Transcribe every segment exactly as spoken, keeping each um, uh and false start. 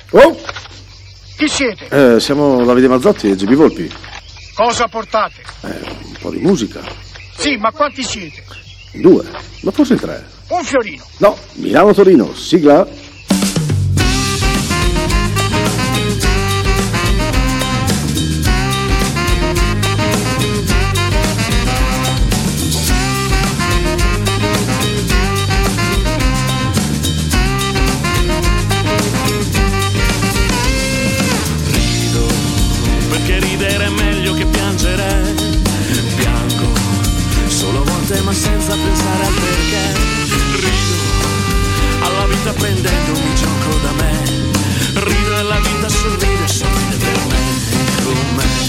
Oh! Chi siete? Eh, siamo Davide Mazzotti e G B Volpi. Cosa portate? Eh, un po' di musica. Sì, ma quanti siete? Due, ma forse tre. Un fiorino. No, Milano-Torino, sigla. Ma senza pensare al perché rido alla vita prendendomi gioco da me, rido e la vita sorride, sorride per me, con me.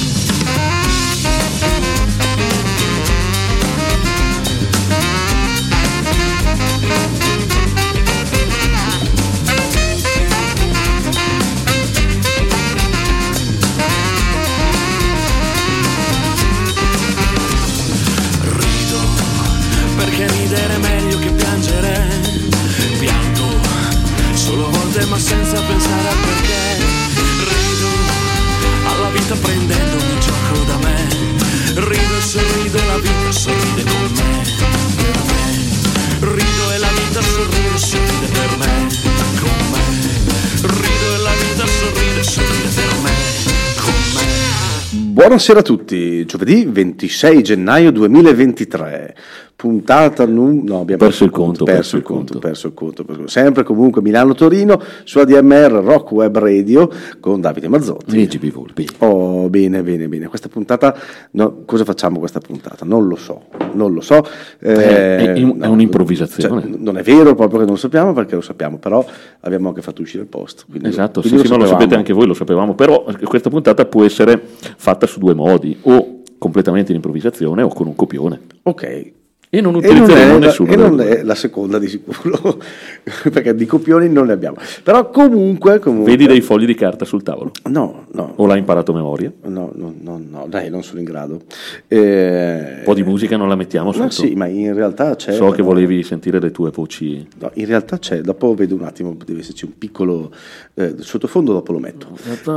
Perché ridere è meglio che piangere, piango solo volte ma senza pensare al perché, rido alla vita prendendomi gioco da me, rido e sorrido e la vita sorride con me, per me, rido e la vita sorride, sorride per me, con me, rido e la vita sorride, sorride per me, con me. Buonasera a tutti, giovedì ventisei gennaio duemilaventitré. Puntata num... no, abbiamo perso il conto, perso il conto, perso il conto, perso il conto. Sempre comunque Milano-Torino su A D M R Rock Web Radio con Davide Mazzotti e G B Volpi. Oh, bene, bene, bene. Questa puntata, no, cosa facciamo questa puntata? Non lo so, non lo so. Eh, è, è, no, è un'improvvisazione. Cioè, non è vero proprio che non lo sappiamo, perché lo sappiamo, però abbiamo anche fatto uscire il post. Quindi esatto, quindi sì, lo, sì, ma lo sapete anche voi, lo sapevamo, però questa puntata può essere fatta su due modi, o completamente in improvvisazione o con un copione. Ok. E non utilizzeremo e non è, nessuno. E non è la seconda di sicuro, perché di copioni non ne abbiamo. Però comunque, comunque... Vedi dei fogli di carta sul tavolo? No, no. O l'hai imparato a memoria? No, no, no, no, dai, non sono in grado. Eh... Un po' di musica non la mettiamo sotto? No, sì, ma in realtà c'è... So che volevi sentire le tue voci. No, in realtà c'è, dopo vedo un attimo, deve esserci un piccolo eh, sottofondo, dopo lo metto.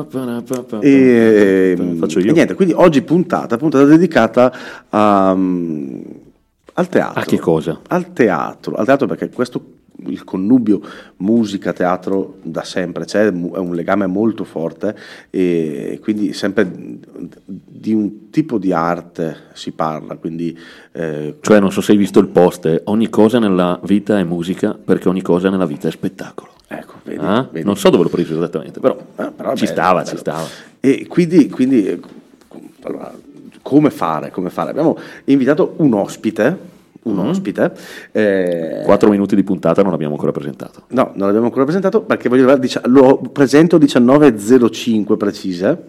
E, Faccio io. E niente, quindi oggi puntata, puntata dedicata a... Um, al teatro. A che cosa? Al teatro, al teatro perché questo, il connubio musica-teatro da sempre c'è, è un legame molto forte e quindi sempre di un tipo di arte si parla, quindi... Eh, cioè non so se hai visto il post, eh, ogni cosa nella vita è musica perché ogni cosa nella vita è spettacolo. Ecco, vedi, ah? vedi. Non so dove l'ho preso esattamente, però, ah, però ci bello, stava, bello. ci stava. E quindi, quindi allora, come fare, come fare? Abbiamo invitato un ospite, un mm-hmm. ospite. Eh, Quattro minuti di puntata non l'abbiamo ancora presentato. No, non l'abbiamo ancora presentato perché voglio dire, lo presento diciannove e zero cinque precise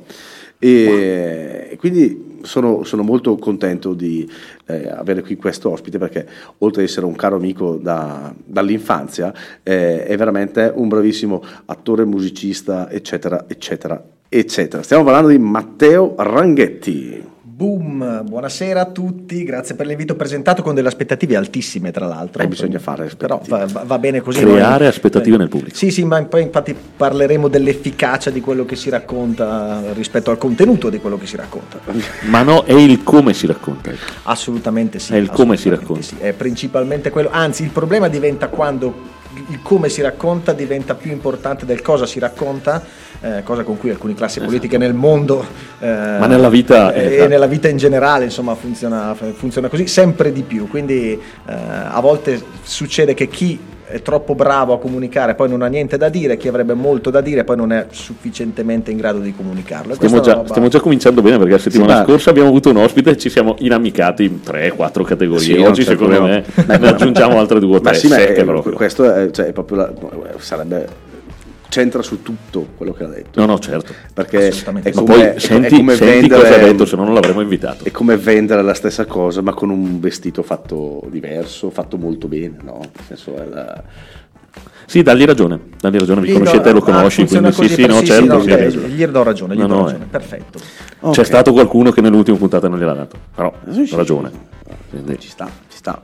e wow. quindi sono, sono molto contento di eh, avere qui questo ospite perché oltre ad essere un caro amico da, dall'infanzia eh, è veramente un bravissimo attore, musicista, eccetera, eccetera, eccetera. Stiamo parlando di Matteo Ranghetti. Boom, buonasera a tutti, grazie per l'invito, presentato con delle aspettative altissime tra l'altro. Eh, bisogna fare aspettative. Però va, va bene così. Creare noi, aspettative eh, nel pubblico. Sì, sì, ma poi infatti parleremo dell'efficacia di quello che si racconta rispetto al contenuto di quello che si racconta. Ma no, è il come si racconta. Assolutamente sì. È il come si racconta. Sì. È principalmente quello, anzi il problema diventa quando il come si racconta diventa più importante del cosa si racconta, eh, cosa con cui alcune classi esatto. politiche nel mondo eh, ma nella vita eh, esatto. e nella vita in generale insomma funziona, funziona così sempre di più, quindi eh, a volte succede che chi è troppo bravo a comunicare poi non ha niente da dire, chi avrebbe molto da dire poi non è sufficientemente in grado di comunicarlo. Stiamo già, roba... stiamo già cominciando bene perché la settimana sì, scorsa abbiamo avuto un ospite e ci siamo inammicati in tre quattro categorie. Sì, oggi secondo problema. me ne aggiungiamo altre due o tre. Sì, sette è, proprio. Questo è, cioè, è proprio la, sarebbe c'entra su tutto quello che ha detto. No, no, certo. Perché è come, poi senti, è come senti vendere, cosa ha detto, se no non l'avremmo invitato. È come vendere la stessa cosa, ma con un vestito fatto diverso, fatto molto bene, no? Nel senso è la... Sì, dagli ragione, dagli ragione, vi gli conoscete e lo conosci, ah, quindi sì, sì, no, sì, certo. Sì, no, okay. Gli do ragione, gli no, do no, ragione, eh. perfetto. Okay. C'è stato qualcuno che nell'ultima puntata non gliel'ha dato, però sì, sì, ragione. Quindi... Ci sta, ci sta.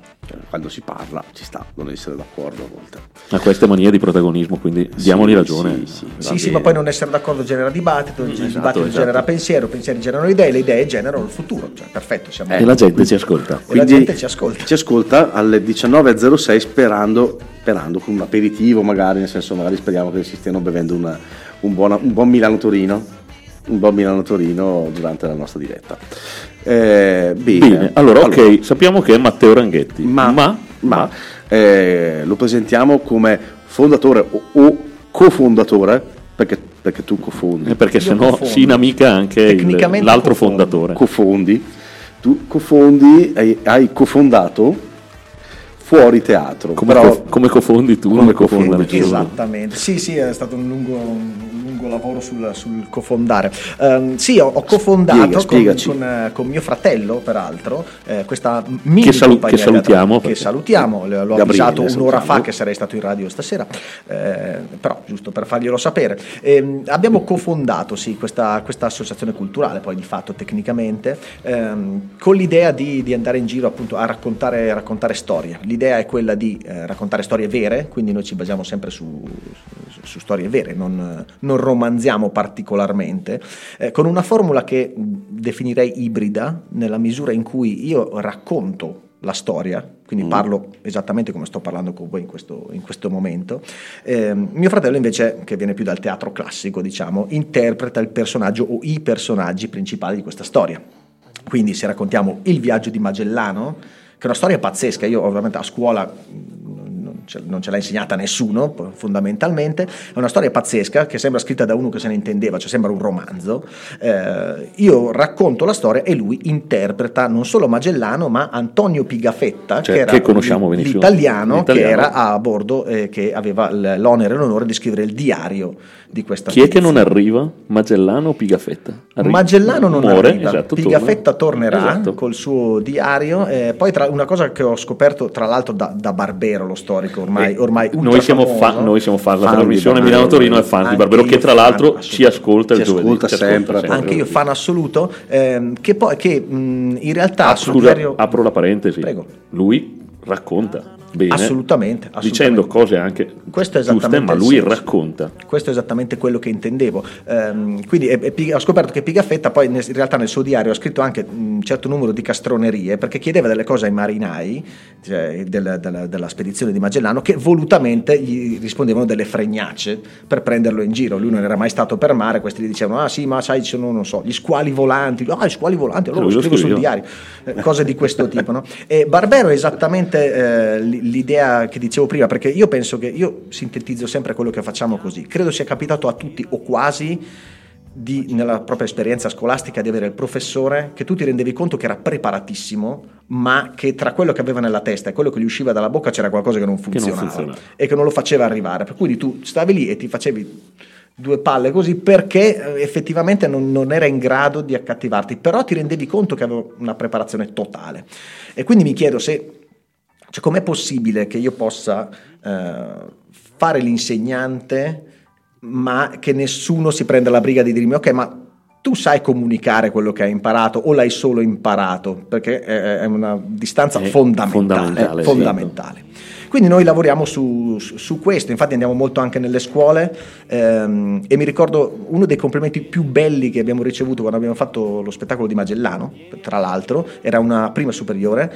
quando si parla ci sta non essere d'accordo a volte. A queste manie di protagonismo, quindi diamogli sì, ragione. Sì, sì, sì, sì, ma poi non essere d'accordo genera dibattito, il esatto, dibattito esatto. genera pensiero, pensieri generano idee, le idee generano il futuro, cioè perfetto. Siamo eh, e la gente ci ascolta. E la gente ci ascolta. Ci ascolta alle diciannove e zero sei sperando, sperando con un aperitivo magari, nel senso magari speriamo che si stiano bevendo una, un, buona, un buon Milano-Torino, un buon Milano-Torino durante la nostra diretta. Eh, bene. bene, allora, allora ok, sappiamo che è Matteo Ranghetti, ma, ma, ma, ma eh, lo presentiamo come fondatore o, o cofondatore, perché, perché tu cofondi. Eh, perché sennò si inamica anche il, l'altro cofondi. fondatore. Cofondi, tu cofondi, hai, hai cofondato fuori teatro. Come, però, co- come cofondi tu, come cofondi. Esattamente, sì sì, è stato un lungo, un lungo lavoro sul, sul cofondare. Um, sì, ho, ho cofondato Spiega, con, con, con mio fratello, peraltro, eh, questa mini che, salu- che salutiamo. Che salutiamo, l'ho Gabriele, avvisato un'ora salutiamo. fa che sarei stato in radio stasera, eh, però giusto per farglielo sapere. Eh, abbiamo cofondato sì, questa, questa associazione culturale, poi di fatto tecnicamente, ehm, con l'idea di, di andare in giro appunto a raccontare, raccontare storie. L'idea è quella di eh, raccontare storie vere, quindi noi ci basiamo sempre su, su, su storie vere, non, non romanziamo particolarmente, eh, con una formula che definirei ibrida, nella misura in cui io racconto la storia, quindi mm. parlo esattamente come sto parlando con voi in questo, in questo momento. Eh, mio fratello invece, che viene più dal teatro classico, diciamo, interpreta il personaggio o i personaggi principali di questa storia. Quindi se raccontiamo il viaggio di Magellano, che è una storia pazzesca, io ovviamente a scuola non ce l'ha insegnata nessuno fondamentalmente, è una storia pazzesca che sembra scritta da uno che se ne intendeva, cioè sembra un romanzo. Eh, io racconto la storia e lui interpreta non solo Magellano ma Antonio Pigafetta, cioè, che era che conosciamo l- l'italiano, l'italiano che era a bordo e eh, che aveva l'onere e l'onore di scrivere il diario di questa Chi spedizione. È che non arriva? Magellano o Pigafetta? Arriva. Magellano non Muore, arriva, esatto, Pigafetta torna. tornerà esatto. col suo diario. Eh, poi tra, una cosa che ho scoperto tra l'altro da, da Barbero, lo storico ormai, ormai ultra noi siamo famoso, fan, noi siamo fan, fan la trasmissione Milano-Torino è fan di Barbero, che tra l'altro fan, ci ascolta ci il giovedì, ascolta ci sempre, ascolta anche io fan assoluto, ehm, che poi che mh, in realtà ah, sul scusa, diario... apro la parentesi. Prego. Lui racconta bene, assolutamente, assolutamente, dicendo cose anche questo è giuste, ma lui racconta. Questo è esattamente quello che intendevo. Um, quindi è, è, ho scoperto che Pigafetta poi in realtà nel suo diario ha scritto anche un certo numero di castronerie, perché chiedeva delle cose ai marinai, cioè del, della, della spedizione di Magellano, che volutamente gli rispondevano delle fregnacce per prenderlo in giro. Lui non era mai stato per mare, questi gli dicevano ah sì ma sai ci sono non so gli squali volanti, ah gli squali volanti, allora lo scrivo sul diario, eh, cose di questo tipo, no? E Barbero è esattamente eh, l'idea che dicevo prima, perché io penso che io sintetizzo sempre quello che facciamo così. Credo sia capitato a tutti o quasi di, nella propria esperienza scolastica, di avere il professore che tu ti rendevi conto che era preparatissimo, ma che tra quello che aveva nella testa e quello che gli usciva dalla bocca c'era qualcosa che non funzionava, che non funzionava. E che non lo faceva arrivare, per cui tu stavi lì e ti facevi due palle così perché effettivamente non, non era in grado di accattivarti, però ti rendevi conto che aveva una preparazione totale. E quindi mi chiedo se Cioè, com'è possibile che io possa eh, fare l'insegnante, ma che nessuno si prenda la briga di dirmi ok, ma tu sai comunicare quello che hai imparato o l'hai solo imparato? Perché è, è una distanza è fondamentale. fondamentale, è fondamentale. Quindi noi lavoriamo su, su, su questo, infatti andiamo molto anche nelle scuole, ehm, e mi ricordo uno dei complimenti più belli che abbiamo ricevuto quando abbiamo fatto lo spettacolo di Magellano, tra l'altro, era una prima superiore,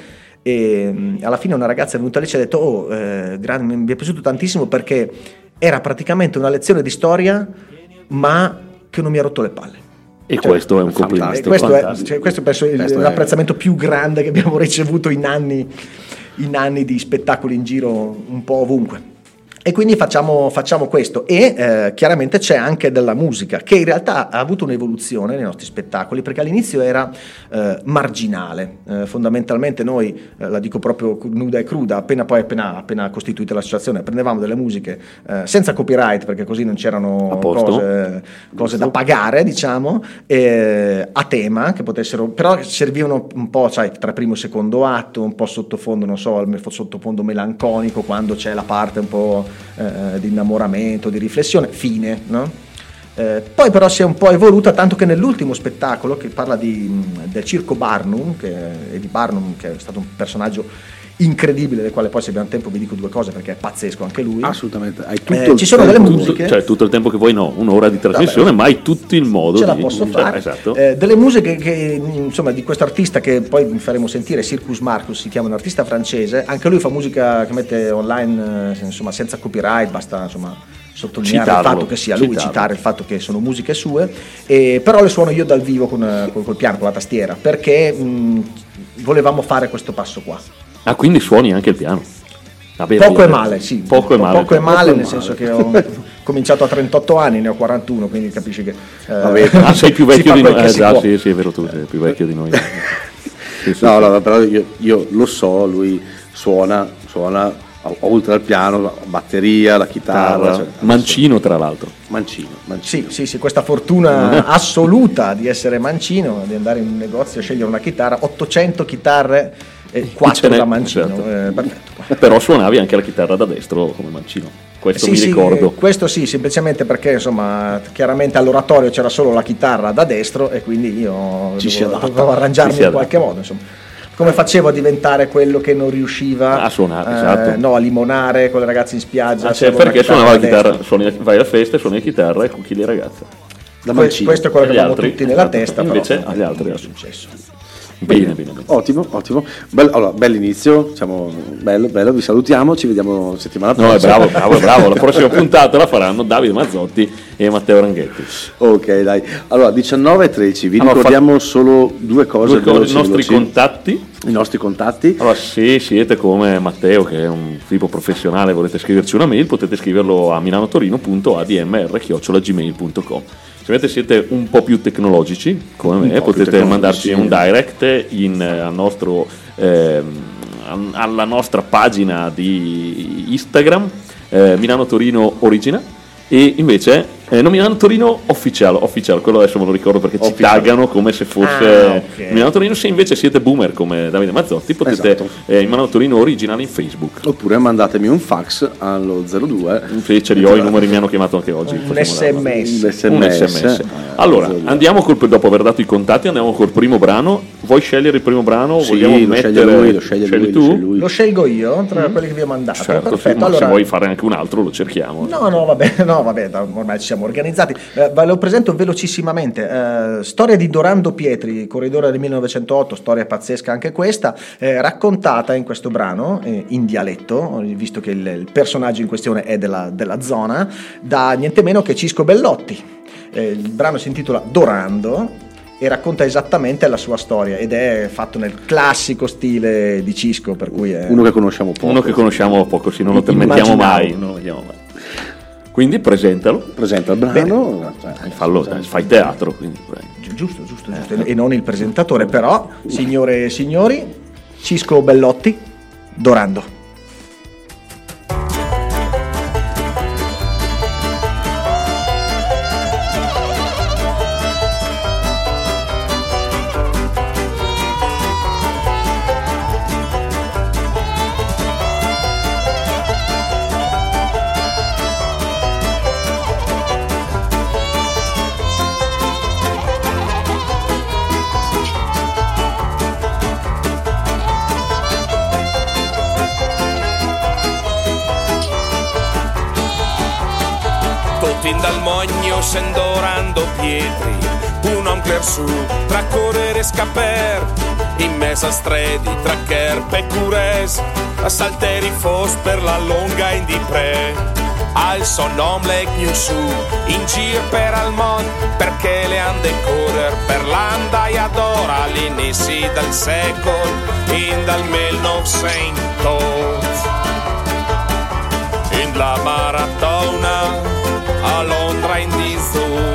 e alla fine una ragazza è venuta lì e ci ha detto oh, eh, grande, mi è piaciuto tantissimo perché era praticamente una lezione di storia ma che non mi ha rotto le palle. E cioè, questo è un complimento. Questo è, cioè, questo penso è questo l'apprezzamento è... più grande che abbiamo ricevuto in anni, in anni di spettacoli in giro un po' ovunque. E quindi facciamo, facciamo questo e eh, chiaramente c'è anche della musica che in realtà ha avuto un'evoluzione nei nostri spettacoli, perché all'inizio era eh, marginale, eh, fondamentalmente noi, eh, la dico proprio nuda e cruda, appena poi appena, appena costituita l'associazione prendevamo delle musiche eh, senza copyright, perché così non c'erano cose, cose da pagare, diciamo, eh, a tema, che potessero, però servivano un po', sai, tra primo e secondo atto, un po' sottofondo, non so, il sottofondo melanconico quando c'è la parte un po' Eh, di innamoramento, di riflessione, fine, no? Eh, poi però si è un po' evoluta, tanto che nell'ultimo spettacolo che parla di, del circo Barnum, che è di Barnum, che è stato un personaggio incredibile, del quale poi se abbiamo tempo vi dico due cose perché è pazzesco anche lui. Assolutamente, hai tutto eh, il ci sono delle tutto, musiche, cioè tutto il tempo che vuoi, no, un'ora di trasmissione, Vabbè, ma hai tutto il modo ce di, la posso cioè, fare. Esatto. Eh, delle musiche che insomma di questo artista che poi vi faremo sentire, Circus Marcus si chiama, un artista francese, anche lui fa musica che mette online, eh, insomma senza copyright, basta insomma sottolineare citarlo, il fatto che sia lui, citarlo. citare il fatto che sono musiche sue, e, però le suono io dal vivo con, con, col piano, con la tastiera, perché mh, volevamo fare questo passo qua. Ah, quindi suoni anche il piano? Vabbè, poco e male, sì. Poco e male, poco e male poco nel male. senso che ho cominciato a trentotto anni, ne ho quarantuno, quindi capisci che eh, Vabbè, ah, sei più vecchio di noi. Eh, già, può. sì, sì, è vero, tu sei più vecchio di noi. Sì, sì, no, sì. no, però io, io lo so, lui suona, suona oltre al piano, la batteria, la chitarra, cioè, mancino tra l'altro. Mancino, mancino. Sì, sì, sì, questa fortuna assoluta di essere mancino, di andare in un negozio a scegliere una chitarra, ottocento chitarre e quattro da mancino, certo. eh, perfetto. Però suonavi anche la chitarra da destro come mancino, questo sì, mi sì, ricordo. Eh, questo sì, semplicemente perché insomma chiaramente all'oratorio c'era solo la chitarra da destro e quindi io Ci dovevo, si dovevo arrangiarmi si in qualche modo, insomma. Come facevo a diventare quello che non riusciva a suonare, eh, esatto. no, a limonare con le ragazze in spiaggia? Ah, cioè, perché suonava la chitarra, suoni, vai a feste, suoni la chitarra e cucchi le ragazze. Da questo, questo è quello che abbiamo tutti nella esatto. testa, invece però agli altri non è è successo. Bene, bene, bene. Ottimo, ottimo. Bello, allora, bell'inizio, diciamo, bello, bello, vi salutiamo, ci vediamo settimana prossima. No, è bravo, bravo, bravo. La prossima puntata la faranno Davide Mazzotti e Matteo Ranghetti. Ok, dai. Allora, diciannove e tredici, vi allora, ricordiamo fa... solo due cose. Due cose, i nostri veloci. contatti. I nostri contatti. Allora, se siete come Matteo, che è un tipo professionale, volete scriverci una mail, potete scriverlo a milanotorino punto a d m r chiocciola gmail punto com. Se invece siete un po' più tecnologici come me, potete mandarci un direct in, al nostro, eh, alla nostra pagina di Instagram, eh, Milano Torino Origina, e invece eh, no, Milano Torino Official, official, quello adesso me lo ricordo perché ci official. taggano come se fosse ah, okay. Milano Torino. Se invece siete boomer come Davide Mazzotti, potete esatto. eh, Milano Torino Original in Facebook, oppure mandatemi un fax allo zero due. Sì, ce li ho, i numeri mi hanno chiamato anche oggi. Un sms. Un sms. Un sms. Eh, allora, andiamo col, dopo aver dato i contatti, andiamo col primo brano. Vuoi scegliere il primo brano? Sì, Vogliamo lo mettere... sceglie lui, lo sceglie scegli lui, tu? lo, sceglie lui. Lo scelgo io tra mm. quelli che vi ho mandato. Certo, perfetto. Sì, allora... se vuoi fare anche un altro lo cerchiamo. No, no, vabbè, no, vabbè, ormai ci siamo organizzati. Eh, ve lo presento velocissimamente. Eh, storia di Dorando Pietri, corridore del millenovecentotto, storia pazzesca anche questa, eh, raccontata in questo brano eh, in dialetto, visto che il, il personaggio in questione è della, della zona, da niente meno che Cisco Bellotti. Eh, il brano si intitola Dorando e racconta esattamente la sua storia ed è fatto nel classico stile di Cisco, per cui è uno che conosciamo poco. Uno che conosciamo poco, sì, non lo mettiamo mai, non lo mettiamo mai. Quindi presentalo. Presenta il brano. Cioè, fallo, dai, fai teatro. Quindi, giusto, giusto, giusto. Eh. E non il presentatore, però, signore e signori, Cisco Bellotti, Dorando. Dorando Pietri, un ompler su, tra correre e scapper, in mezzo a stredi, tra Kerp e Cures, a salteri fos per la longa in di pre, al son omle più su, in gir per al mon, perché le ande correr per l'anda e adora all'inizio del secolo, in dal millenovecento, in la maratona, a Londra in di Zoom.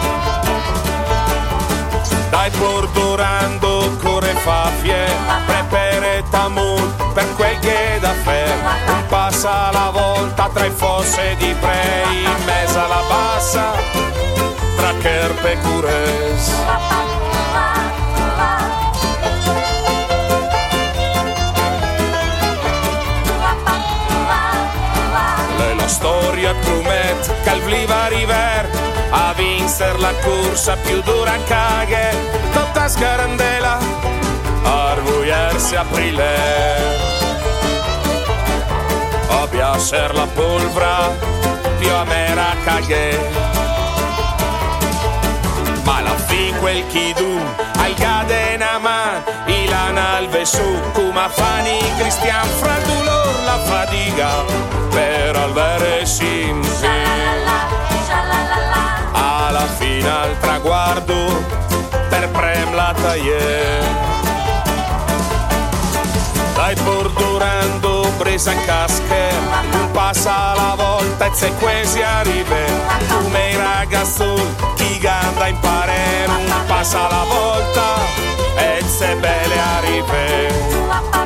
Dai por Dorando corre fafie, prepere tamut per quel che da fer, un passo alla volta tra i fosse di pre, in mezzo alla bassa tra Kerp e Cures. La storia promet che al Vliva River a vincer la corsa più dura caghe, tutta scarandela a arvogliarsi aprile. ser la polvra più amera caghe. Ma alla fin quel chidum al cadena man ilan al vesu come fani cristian fra dolor la fatica per al vere simpi alla fine al traguardo per prem la taglier. Dai bordurando presa in casche un passa alla volta e se quasi arriva come i ragazzi chi ganda in parere un passa alla volta e se belle arriva.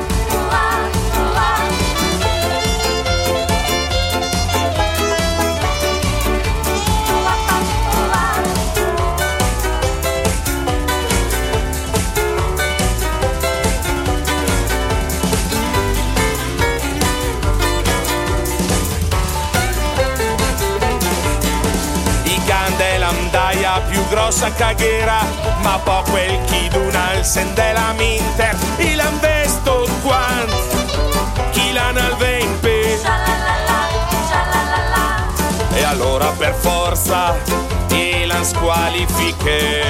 Più grossa caghera ma po' quel chi d'una al sendela minter il anvesto quant chi l'ha nel vempe e allora per forza e l'han squalifiche.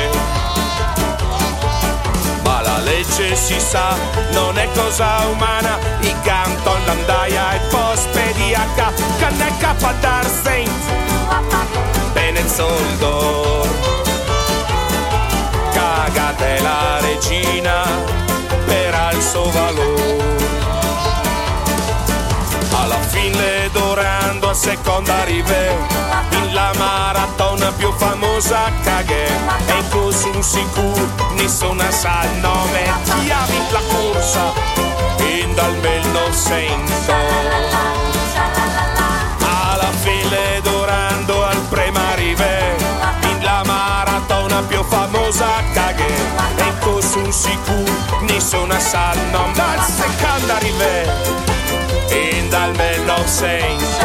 Ma la legge si sa non è cosa umana i canton l'andaia e post pediaca canne capa dar saint bene soldo caga della regina per al suo valore. Alla fine dorando a seconda rive in la maratona più famosa caghe e in corso un sicuro nessuna sa il nome chi ha vinto la corsa in dal millenovecento. Alla fine dorando al prima rive in la maratona più famosa caghe e in corso un sicuro nessuna sa il nome dal seconda rive in dal millenovecento.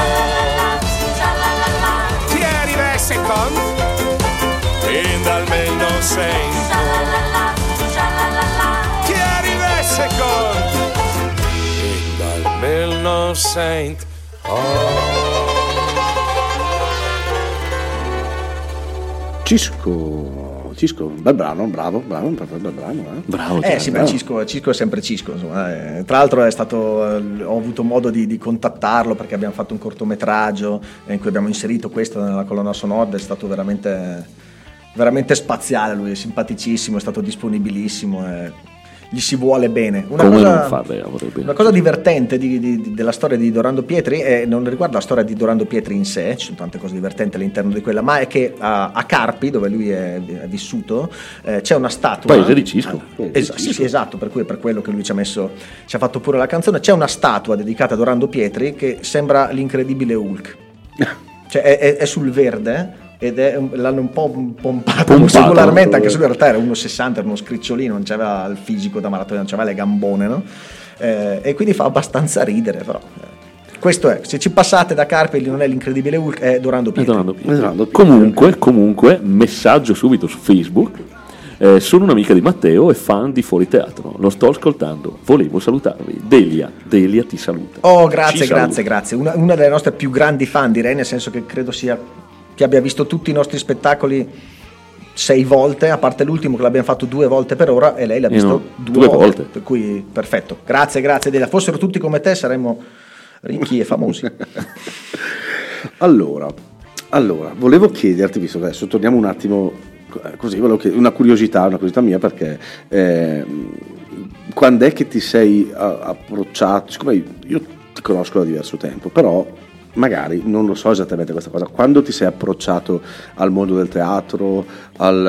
Chi arriva secondo in dal millenovecento. Chi arriva secondo in dal millenovecento. Oh. Cisco, Cisco, bel brano, bravo, bravo, bel brano, eh. Bravo, eh sì, bravo. Cisco, Cisco è sempre Cisco, insomma. Eh, tra l'altro è stato, eh, ho avuto modo di, di contattarlo perché abbiamo fatto un cortometraggio in cui abbiamo inserito questo nella colonna sonora, è stato veramente, veramente spaziale, lui è simpaticissimo, è stato disponibilissimo. Eh. Gli si vuole bene. Una Come cosa, non farle, bene. Una cosa divertente di, di, della storia di Dorando Pietri, e non riguarda la storia di Dorando Pietri in sé, ci sono tante cose divertenti all'interno di quella, ma è che a, a Carpi, dove lui è, è vissuto, eh, c'è una statua. Paese di Cisco. Ah, es- sì, sì, esatto, per cui è per quello che lui ci ha messo, ci ha fatto pure la canzone. C'è una statua dedicata a Dorando Pietri che sembra l'incredibile Hulk. Cioè è, è, è sul verde. Ed è, l'hanno un po' pompato, pompato singolarmente, anche se lui in realtà era uno sessanta, era uno scricciolino, non c'aveva il fisico da maratona, non c'aveva le gambone, no? Eh, e quindi fa abbastanza ridere, però. Eh. Questo è, se ci passate da Carpi non è l'incredibile Hulk, è Dorando Pietri. È Dorando Pietri. Dorando Pietri. Comunque, comunque, messaggio subito su Facebook. Eh, sono un'amica di Matteo e fan di Fuori Teatro, lo sto ascoltando, volevo salutarvi. Delia, Delia ti saluta. Oh, grazie, Ci grazie, saluta. grazie. Una, una delle nostre più grandi fan, direi, nel senso che credo sia che abbia visto tutti i nostri spettacoli sei volte, a parte l'ultimo che l'abbiamo fatto due volte per ora, e lei l'ha visto no, due, due volte, volte. Per cui perfetto. Grazie, grazie Delia. Fossero tutti come te saremmo ricchi e famosi. allora, allora, volevo chiederti, visto che adesso torniamo un attimo così, volevo chiedere, una curiosità, una curiosità mia, perché eh, quando è che ti sei approcciato, siccome io ti conosco da diverso tempo, però magari non lo so esattamente questa cosa, quando ti sei approcciato al mondo del teatro, al,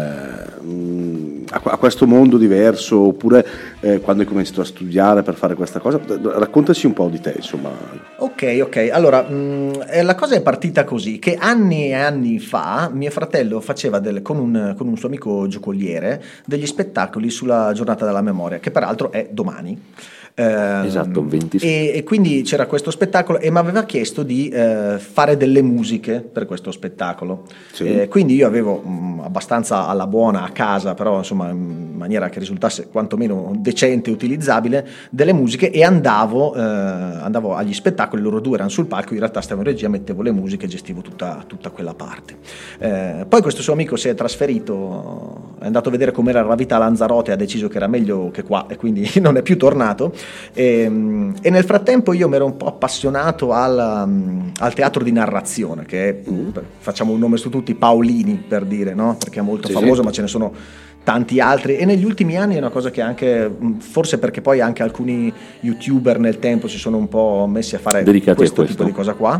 eh, a, a questo mondo diverso, oppure eh, quando hai cominciato a studiare per fare questa cosa, raccontaci un po' di te, insomma. Ok, ok, allora mh, la cosa è partita così, che anni e anni fa mio fratello faceva del, con, un, con un suo amico giocoliere degli spettacoli sulla giornata della memoria, che peraltro è domani. Eh, Esatto, venti. e, e quindi c'era questo spettacolo e mi aveva chiesto di eh, fare delle musiche per questo spettacolo. Sì. Eh, quindi io avevo mh, abbastanza alla buona a casa, però insomma in maniera che risultasse quantomeno decente e utilizzabile, delle musiche, e andavo, eh, andavo agli spettacoli, loro due erano sul palco, in realtà stavo in regia, mettevo le musiche e gestivo tutta, tutta quella parte. Eh, poi questo suo amico si è trasferito, è andato a vedere com'era la vita a Lanzarote e ha deciso che era meglio che qua e quindi non è più tornato. E, e nel frattempo io mi ero un po' appassionato al, al teatro di narrazione, che è, mm. facciamo un nome su tutti, Paolini per dire, no? Perché è molto sì, famoso, sì. ma ce ne sono tanti altri, e negli ultimi anni è una cosa che anche, forse perché poi anche alcuni youtuber nel tempo si sono un po' messi a fare Dedicati questo, a questo. tipo di cosa qua.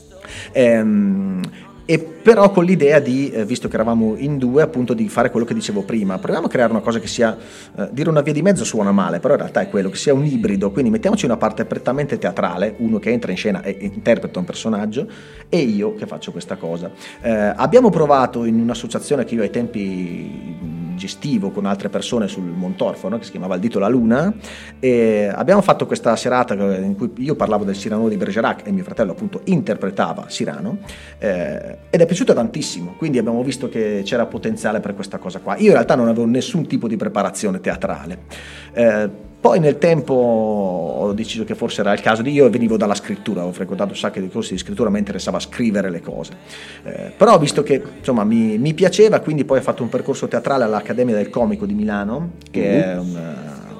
Ehm, e però con l'idea di, eh, visto che eravamo in due, appunto di fare quello che dicevo prima, proviamo a creare una cosa che sia, eh, dire una via di mezzo suona male, però in realtà è quello, che sia un ibrido, quindi mettiamoci una parte prettamente teatrale, uno che entra in scena e interpreta un personaggio, e io che faccio questa cosa. Eh, abbiamo provato in un'associazione che io ai tempi gestivo con altre persone sul Montorfo, no? Che si chiamava Il Dito la Luna, e abbiamo fatto questa serata in cui io parlavo del Cyrano di Bergerac e mio fratello appunto interpretava Cyrano, eh, ed è piaciuto tantissimo, quindi abbiamo visto che c'era potenziale per questa cosa qua. Io in realtà non avevo nessun tipo di preparazione teatrale, eh, poi nel tempo ho deciso che forse era il caso di, io venivo dalla scrittura, ho frequentato un sacco di corsi di scrittura, mi interessava scrivere le cose, eh, però ho visto che insomma mi, mi piaceva, quindi poi ho fatto un percorso teatrale all'Accademia del Comico di Milano, che mm-hmm. è un,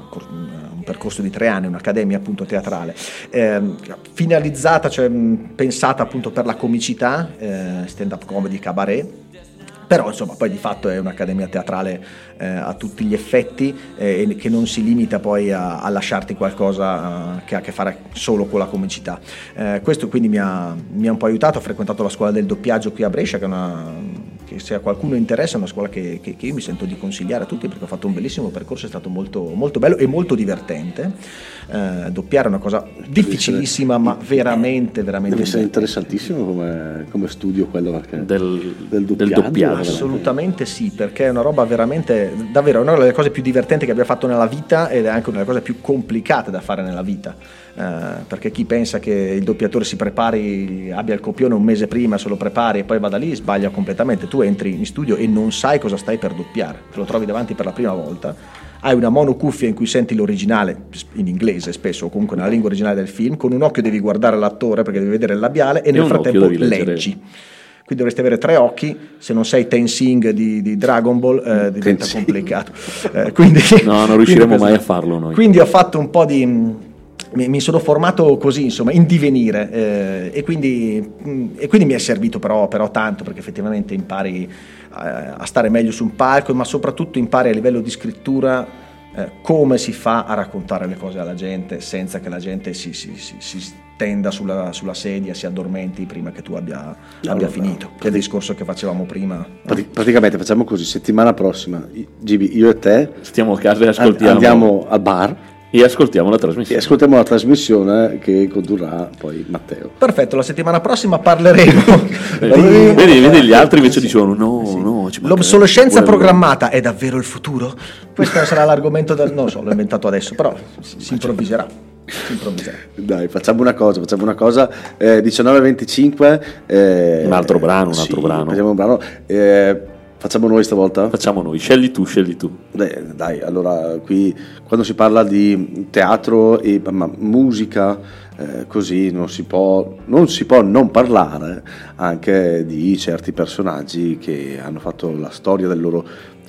un percorso di tre anni, un'accademia appunto teatrale, eh, finalizzata, cioè pensata appunto per la comicità, eh, stand up comedy, cabaret. Però insomma poi di fatto è un'accademia teatrale eh, a tutti gli effetti, eh, e che non si limita poi a, a lasciarti qualcosa eh, che ha a che fare solo con la comicità. Eh, questo quindi mi ha, mi ha un po' aiutato. Ho frequentato la scuola del doppiaggio qui a Brescia, che è una, che se a qualcuno interessa è una scuola che, che, che io mi sento di consigliare a tutti, perché ho fatto un bellissimo percorso, è stato molto, molto bello e molto divertente. Eh, doppiare è una cosa difficilissima, ma veramente veramente deve essere divertente. interessantissimo come, come studio quello perché Del, del doppiaggio, del doppiaggio. Assolutamente sì, perché è una roba veramente, davvero, una delle cose più divertenti che abbia fatto nella vita, ed è anche una delle cose più complicate da fare nella vita, eh, perché chi pensa che il doppiatore si prepari, abbia il copione un mese prima, se lo prepari e poi vada lì, sbaglia completamente. Tu entri in studio e non sai cosa stai per doppiare, te lo trovi davanti per la prima volta, hai una monocuffia in cui senti l'originale in inglese spesso, o comunque nella lingua originale del film, con un occhio devi guardare l'attore perché devi vedere il labiale, e, e nel frattempo leggi. Quindi dovresti avere tre occhi, se non sei Tenzing di, di Dragon Ball eh, diventa Tenzing. complicato. Eh, quindi, No, non riusciremo quindi mai a farlo noi. Quindi ho fatto un po' di... Mi, mi sono formato così, insomma, in divenire, eh, e, quindi, mh, e quindi mi è servito però, però tanto, perché effettivamente impari eh, a stare meglio su un palco, ma soprattutto impari a livello di scrittura eh, come si fa a raccontare le cose alla gente senza che la gente si, si, si, si stenda sulla, sulla sedia, si addormenti prima che tu abbia, No, abbia no, finito, no. che è il discorso che facevamo prima. Prati- praticamente facciamo così: settimana prossima Gibi, io e te Stiamo a casa e ascoltiamo andiamo al bar e ascoltiamo la e trasmissione. ascoltiamo la trasmissione che condurrà poi Matteo. Perfetto, la settimana prossima parleremo Vedi, vedi, vedi, gli altri invece dicevano no, Sì. no, ci L'obsolescenza mancherebbe. programmata è davvero il futuro? Questo sarà l'argomento del... non lo so, l'ho inventato adesso, però si, si improvviserà. Si improvviserà. Dai, facciamo una cosa, facciamo una cosa, eh, diciannove e venticinque eh, Un altro brano, un sì, altro brano. facciamo un brano, eh, facciamo noi stavolta? Facciamo noi, scegli tu, scegli tu. Dai, dai, allora qui quando si parla di teatro e ma, musica, eh, così non si può non si può non parlare anche di certi personaggi che hanno fatto la storia del loro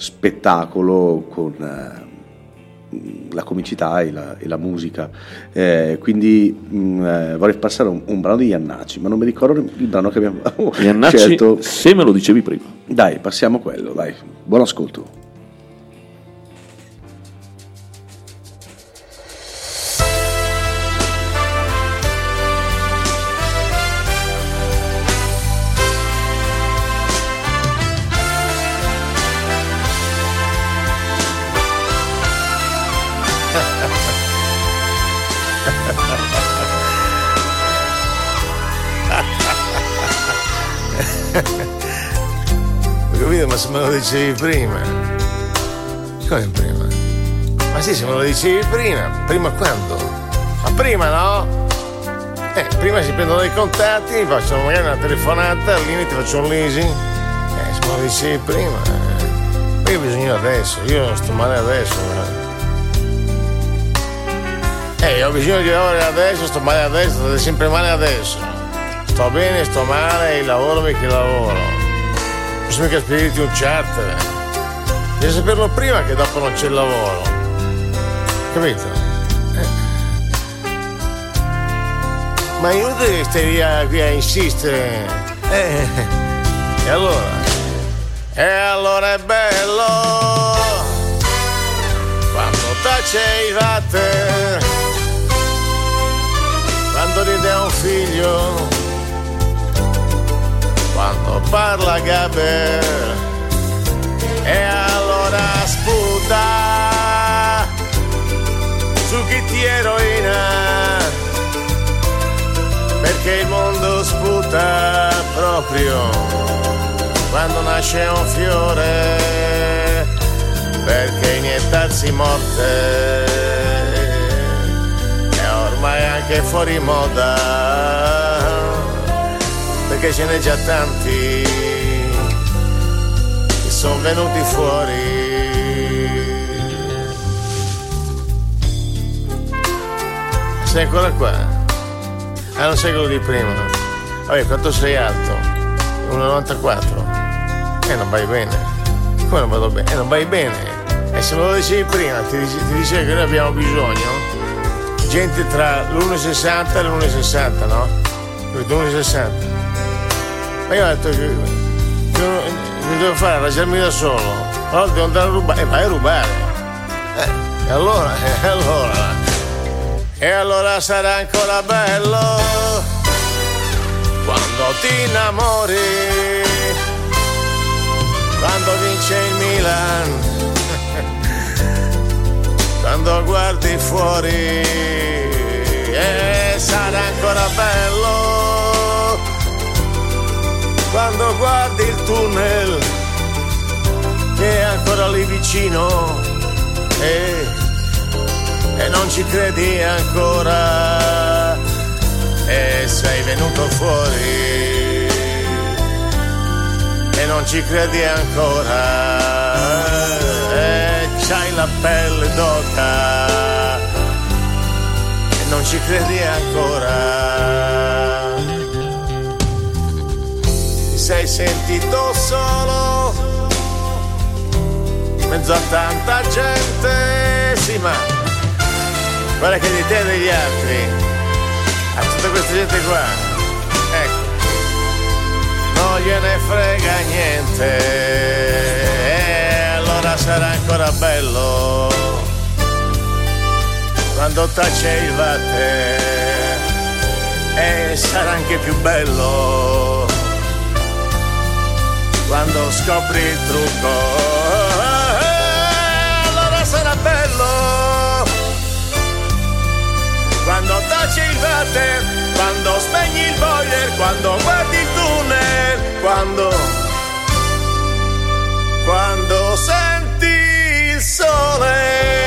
spettacolo con eh, la comicità e la, e la musica, eh, quindi mh, eh, vorrei passare un, un brano di Iannacci, ma non mi ricordo il brano che abbiamo Iannacci, scelto. se me lo dicevi prima. Dai, passiamo quello, dai, buon ascolto. Ho capito, ma se me lo dicevi prima. Come prima? Ma Ma sì, se me lo dicevi prima, prima quando? Ma prima no? Eh, prima si prendono dei contatti, mi facciano magari una telefonata, al limite faccio un leasing. Eh, se me lo dicevi prima. Eh. Poi ho bisogno adesso, io sto male adesso. Eh, eh ho bisogno di lavorare adesso, sto male adesso, sto sempre male adesso. Sto bene, sto male, il lavoro mica il lavoro. Non posso mica spedire un charter. Devi saperlo prima che dopo non c'è il lavoro. Capito? Eh. Ma inutile che stai via qui a insistere. Eh. E allora? E allora è bello quando tace i water, quando ride un figlio, quando parla Gaber. E allora sputa su chi ti eroina, perché il mondo sputa proprio quando nasce un fiore, perché iniettarsi morte è ormai anche fuori moda, perché ce n'è già tanti che sono venuti fuori. Sei ancora qua? Ah, non sei quello di prima. Vabbè, quanto sei alto? uno virgola novantaquattro. E eh, non vai bene. Come non vado bene? E eh, non vai bene. E eh, se me lo dicevi prima, ti, ti dicevo che noi abbiamo bisogno gente tra l'uno virgola sessanta e l'uno virgola sessanta, no? l'uno virgola sessanta. Ma io ho detto che, che, che devo fare? Arrangiarmi da solo. Allora devo andare a rubare. E eh, vai a rubare. Eh, e allora? E allora? E allora sarà ancora bello quando ti innamori, quando vince il Milan, quando guardi fuori. E sarà ancora bello quando guardi il tunnel che è ancora lì vicino e, e non ci credi ancora e sei venuto fuori e non ci credi ancora e c'hai la pelle d'oca e non ci credi ancora. Ti sei sentito solo in mezzo a tanta gente, sì, ma guarda che di te e degli altri, a tutta questa gente qua, ecco, non gliene frega niente. E allora sarà ancora bello quando tace il water e sarà anche più bello quando scopri il trucco. E allora sarà bello quando taci il water, quando spegni il boiler, quando guardi il tunnel, quando, quando senti il sole.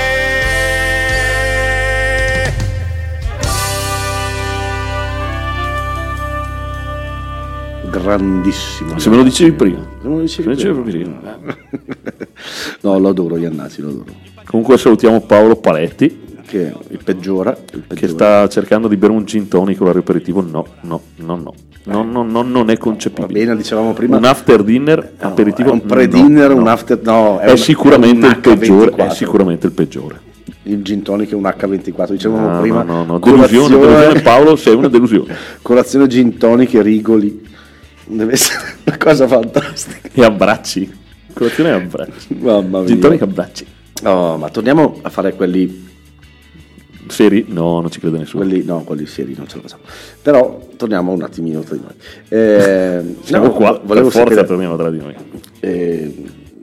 Grandissimo. Se me lo dicevi prima. Se me lo dicevi, me lo dicevi prima. prima. No, lo adoro Iannazzi, lo adoro. Comunque salutiamo Paolo Paletti, che è il peggiore, il peggiore, che sta cercando di bere un gin tonic con l'aperitivo. No, no, no, no, no, no, no, non è concepibile. Va bene, dicevamo prima. Un after dinner, no, aperitivo. È un pre-dinner, no, un no. after. No, è, è, sicuramente un, il peggiore. È acca ventiquattro. sicuramente il peggiore. Il gin tonic è un acca ventiquattro, dicevamo No, prima. no, no, no. Delusione, delusione, Paolo, sei una delusione. Colazione gin tonic e rigoli. Deve essere una cosa fantastica. E abbracci. Colazione e abbracci. Mamma mia. Gin tonic e abbracci. No, ma torniamo a fare quelli seri? No, non ci crede nessuno. Quelli, no, quelli seri non ce la facciamo. Però torniamo un attimino tra di noi. Eh, Siamo no, qua, volevo per forza sapere, torniamo tra di noi. Eh,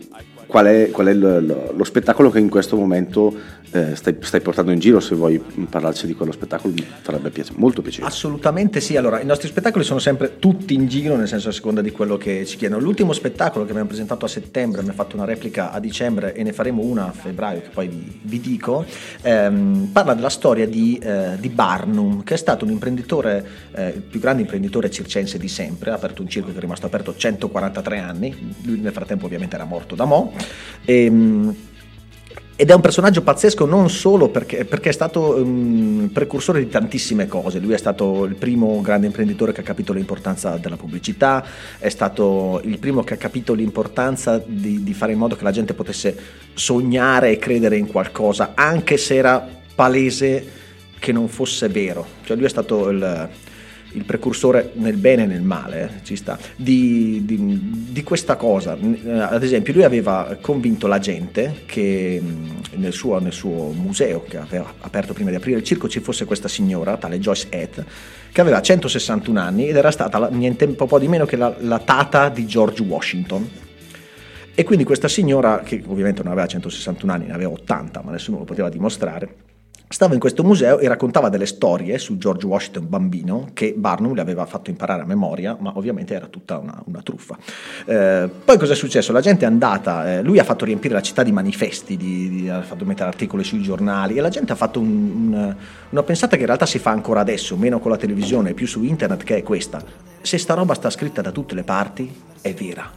qual è, qual è lo, lo, lo spettacolo che in questo momento eh, stai, stai portando in giro. Se vuoi parlarci di quello spettacolo mi farebbe piacere, molto piacere. Assolutamente sì. Allora, i nostri spettacoli sono sempre tutti in giro, nel senso a seconda di quello che ci chiedono. L'ultimo spettacolo che abbiamo presentato a settembre, abbiamo fatto una replica a dicembre e ne faremo una a febbraio che poi vi, vi dico, ehm, parla della storia di, eh, di Barnum, che è stato un imprenditore, eh, il più grande imprenditore circense di sempre. Ha aperto un circo che è rimasto aperto centoquarantatré anni. Lui nel frattempo ovviamente era morto da mo'. E, ed è un personaggio pazzesco non solo perché, perché è stato un precursore di tantissime cose. Lui è stato il primo grande imprenditore che ha capito l'importanza della pubblicità, è stato il primo che ha capito l'importanza di, di fare in modo che la gente potesse sognare e credere in qualcosa, anche se era palese che non fosse vero. Cioè lui è stato il... il precursore nel bene e nel male, eh, ci sta, di, di, di questa cosa. Ad esempio lui aveva convinto la gente che nel suo, nel suo museo che aveva aperto prima di aprire il circo ci fosse questa signora, tale Joyce Heath, che aveva centosessantuno anni ed era stata la, niente un po' di meno che la, la tata di George Washington. E quindi questa signora, che ovviamente non aveva centosessantuno anni, ne aveva ottanta, ma nessuno lo poteva dimostrare, stava in questo museo e raccontava delle storie su George Washington bambino che Barnum le aveva fatto imparare a memoria, ma ovviamente era tutta una, una truffa. Eh, poi cosa è successo? La gente è andata, eh, lui ha fatto riempire la città di manifesti, di, di, ha fatto mettere articoli sui giornali e la gente ha fatto un, un, una pensata che in realtà si fa ancora adesso, meno con la televisione, più su internet, che è questa: se sta roba sta scritta da tutte le parti, è vera.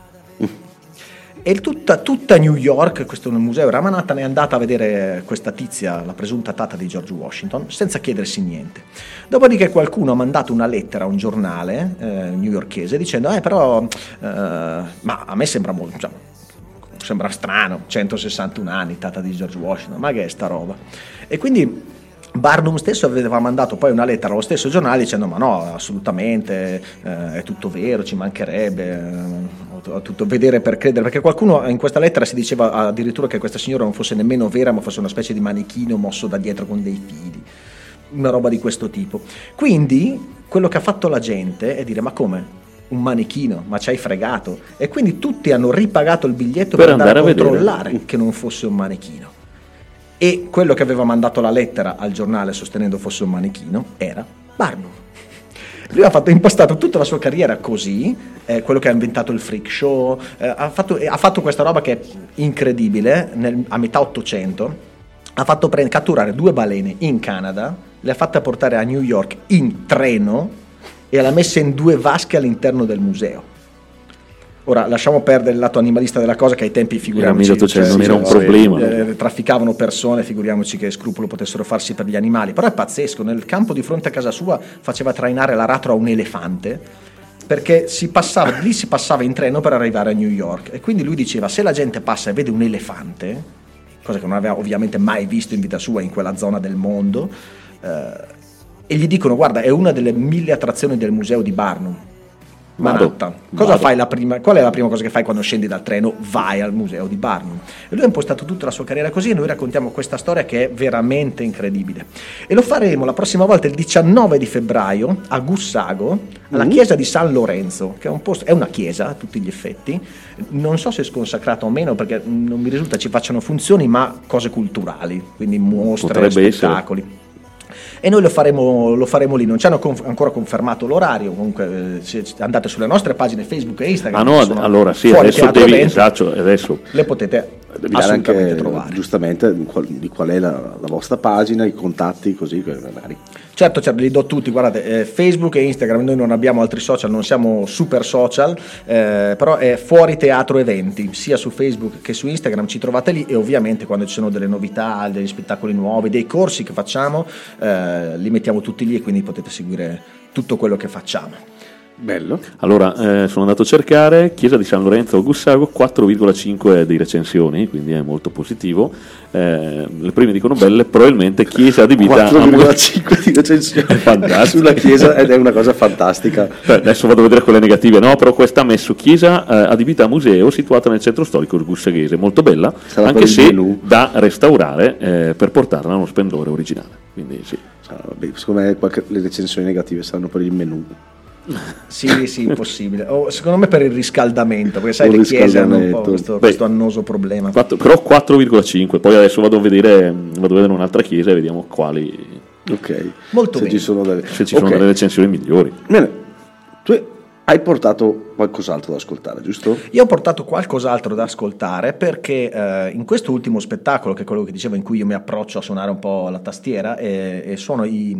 E tutta, tutta New York, questo museo era a Manhattan, è andata a vedere questa tizia, la presunta tata di George Washington, senza chiedersi niente. Dopodiché qualcuno ha mandato una lettera a un giornale eh, newyorkese dicendo eh però eh, ma a me sembra molto, cioè, sembra strano, centosessantuno anni, tata di George Washington, ma che è sta roba? E quindi Barnum stesso aveva mandato poi una lettera allo stesso giornale dicendo ma no, assolutamente, eh, è tutto vero, ci mancherebbe, eh, ho tutto vedere per credere, perché qualcuno in questa lettera si diceva addirittura che questa signora non fosse nemmeno vera, ma fosse una specie di manichino mosso da dietro con dei fili, una roba di questo tipo. Quindi quello che ha fatto la gente è dire ma come? Un manichino, ma ci hai fregato? E quindi tutti hanno ripagato il biglietto per, per andare, andare a controllare vedere che non fosse un manichino. E quello che aveva mandato la lettera al giornale sostenendo fosse un manichino era Barnum. Lui ha fatto, impostato tutta la sua carriera così, eh, quello che ha inventato il freak show, eh, ha, fatto, eh, ha fatto questa roba che è incredibile, nel, a metà Ottocento, ha fatto pre- catturare due balene in Canada, le ha fatte portare a New York in treno e le ha messe in due vasche all'interno del museo. Ora lasciamo perdere il lato animalista della cosa, che ai tempi figuriamoci cioè, non cioè, era un problema, eh, trafficavano persone, figuriamoci che scrupolo potessero farsi per gli animali. Però è pazzesco, nel campo di fronte a casa sua faceva trainare l'aratro a un elefante, perché si passava lì si passava in treno per arrivare a New York, e quindi lui diceva se la gente passa e vede un elefante, cosa che non aveva ovviamente mai visto in vita sua in quella zona del mondo, eh, e gli dicono guarda è una delle mille attrazioni del museo di Barnum, Manhattan. Cosa vado. fai la prima, qual è la prima cosa che fai quando scendi dal treno? Vai al museo di Barnum. E lui ha impostato tutta la sua carriera così, e noi raccontiamo questa storia che è veramente incredibile. E lo faremo la prossima volta il diciannove di febbraio a Gussago, alla mm. chiesa di San Lorenzo, che è un posto, è una chiesa a tutti gli effetti. Non so se è sconsacrata o meno, perché non mi risulta ci facciano funzioni, ma cose culturali, quindi mostre, Potrebbe spettacoli. Essere. E noi lo faremo, lo faremo lì, non ci hanno conf- ancora confermato l'orario, comunque eh, se andate sulle nostre pagine Facebook e Instagram. Ah no, allora sì, adesso devi, esatto, adesso le potete devi assolutamente anche, trovare. Giustamente di qual è la, la vostra pagina, i contatti, così magari. Certo, certo, li do tutti, guardate, eh, Facebook e Instagram, noi non abbiamo altri social, non siamo super social, eh, però è Fuori Teatro Eventi, sia su Facebook che su Instagram ci trovate lì, e ovviamente quando ci sono delle novità, degli spettacoli nuovi, dei corsi che facciamo, eh, li mettiamo tutti lì, e quindi potete seguire tutto quello che facciamo. Bello. Allora, eh, sono andato a cercare chiesa di San Lorenzo a Gussago, quattro virgola cinque di recensioni, quindi è molto positivo. Eh, le prime dicono belle, probabilmente chiesa adibita quattro virgola cinque di recensioni sulla chiesa, ed è una cosa fantastica. Beh, adesso vado a vedere quelle negative, no, però questa ha messo chiesa eh, adibita a museo situata nel centro storico gussaghese, molto bella, sarà anche se menù. Da restaurare eh, per portarla allo splendore originale. Quindi sì. Sarà, beh, secondo me qualche, le recensioni negative saranno per il menù. Sì, sì, possibile. O, secondo me per il riscaldamento, perché sai Un le chiese hanno un po' riscaldamento. questo, Beh, questo annoso problema. quattro- però quattro virgola cinque, poi adesso vado a vedere, vado a vedere un'altra chiesa e vediamo quali, Ok. Molto se bene. ci sono delle... se ci sono Ok. delle recensioni migliori. Bene. Tu hai portato qualcos'altro da ascoltare, giusto? Io ho portato qualcos'altro da ascoltare perché eh, in questo ultimo spettacolo, che è quello che dicevo in cui io mi approccio a suonare un po' la tastiera e, e suono i,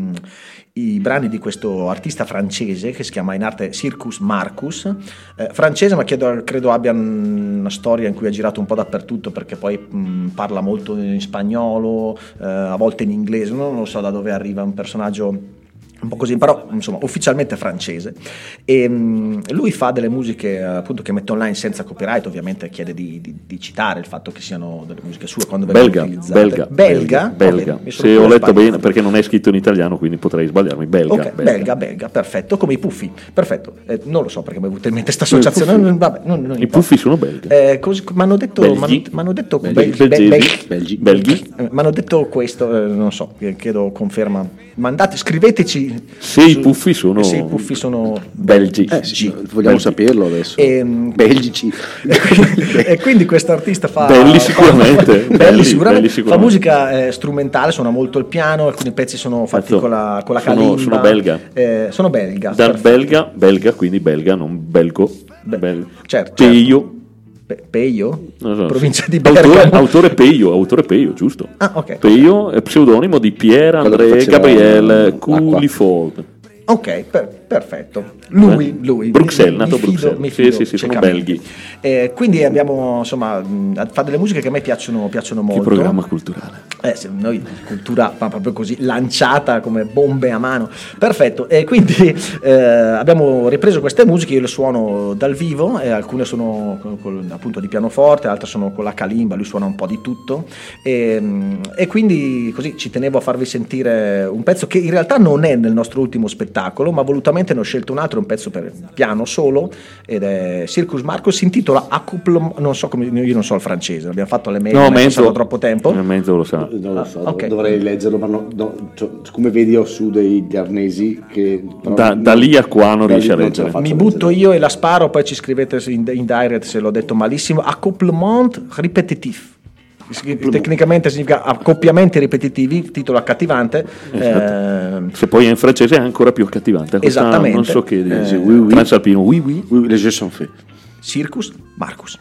i brani di questo artista francese che si chiama in arte Circus Marcus, eh, francese ma credo, credo abbia una storia in cui ha girato un po' dappertutto perché poi mh, parla molto in spagnolo, eh, a volte in inglese, non lo so da dove arriva, un personaggio un po' così, però insomma ufficialmente francese, e mh, lui fa delle musiche appunto che mette online senza copyright, ovviamente chiede di, di, di citare il fatto che siano delle musiche sue quando vengono Belga, utilizzate. belga, belga, belga, Va bene, mi sono se ho pure letto sbagliato. bene, perché non è scritto in italiano, quindi potrei sbagliarmi. Belga, Ok, belga. belga, belga, perfetto, come i puffi, perfetto. Eh, non lo so perché mi è venuta in mente questa associazione. non- vabbè, non- non I importa. puffi sono belga. Eh, così mi hanno detto, Belghi. m'hanno- m'hanno detto Belgi. Belgi- Belgesi. Belgi- Belgi. Belghi. eh, m'hanno detto questo, eh, non so, chiedo conferma. Mandate, scriveteci Se i puffi sono se i puffi sono belgi. Eh sì, vogliamo Belgi. saperlo adesso. Ehm, Belgici. e quindi, e quindi questo artista fa Belli fa- sicuramente, belli, belli, sicuramente, belli fa sicuramente. musica eh, strumentale, suona molto il piano, alcuni pezzi sono fatti Cazzo, con la, con la sono- kalimba. sono belga. Eh, sono belga Dal perfetto. belga, belga, quindi belga, non belgo. Beh, Bel- certo, Peio. Pe- Peio? Non so, Provincia sì. di Autore, Bergamo. autore Peio, autore Peio, giusto. Ah, ok. Peio è pseudonimo di Pierre Quello che André faceva Gabriel l'acqua. Culifold. Ok, per- perfetto. Lui, Eh? lui. Bruxelles, mi, nato a mi fido, Bruxelles. mi Sì, fido sì, sì, sono ciecamente. belghi. Eh, quindi abbiamo, insomma, mh, fa delle musiche che a me piacciono, piacciono Che molto. programma culturale. Eh, sì, noi cultura ma proprio così lanciata come bombe a mano, perfetto. E quindi eh, abbiamo ripreso queste musiche, io le suono dal vivo, e alcune sono con, con, appunto di pianoforte, altre sono con la kalimba, lui suona un po' di tutto, e, e quindi così ci tenevo a farvi sentire un pezzo che in realtà non è nel nostro ultimo spettacolo, ma volutamente ne ho scelto un altro, un pezzo per piano solo, ed è Circus Marcus, si intitola Accouplement, non so come, io non so il francese, l'abbiamo fatto alle mail, No, non è mezzo, passato troppo tempo. eh, mezzo lo sa. Non lo so, Ah, ok. dovrei leggerlo, ma no, no, cioè, come vedi ho su degli arnesi che... però Da- non- da lì a qua non da riesci lì a ce la leggere. faccio Mi a butto leggere. io e la sparo, poi ci scrivete in, in direct se l'ho detto malissimo. Accouplement répétitif. Tecnicamente significa accoppiamenti ripetitivi, titolo accattivante. Esatto. eh, Se poi è in francese è ancora più accattivante. Questa Esattamente. Non so che dire. Eh, Sì, oui, oui. Transalpino, oui, oui. Oui, les jeux sont faits. Circus Marcus.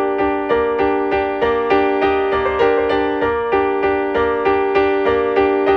Thank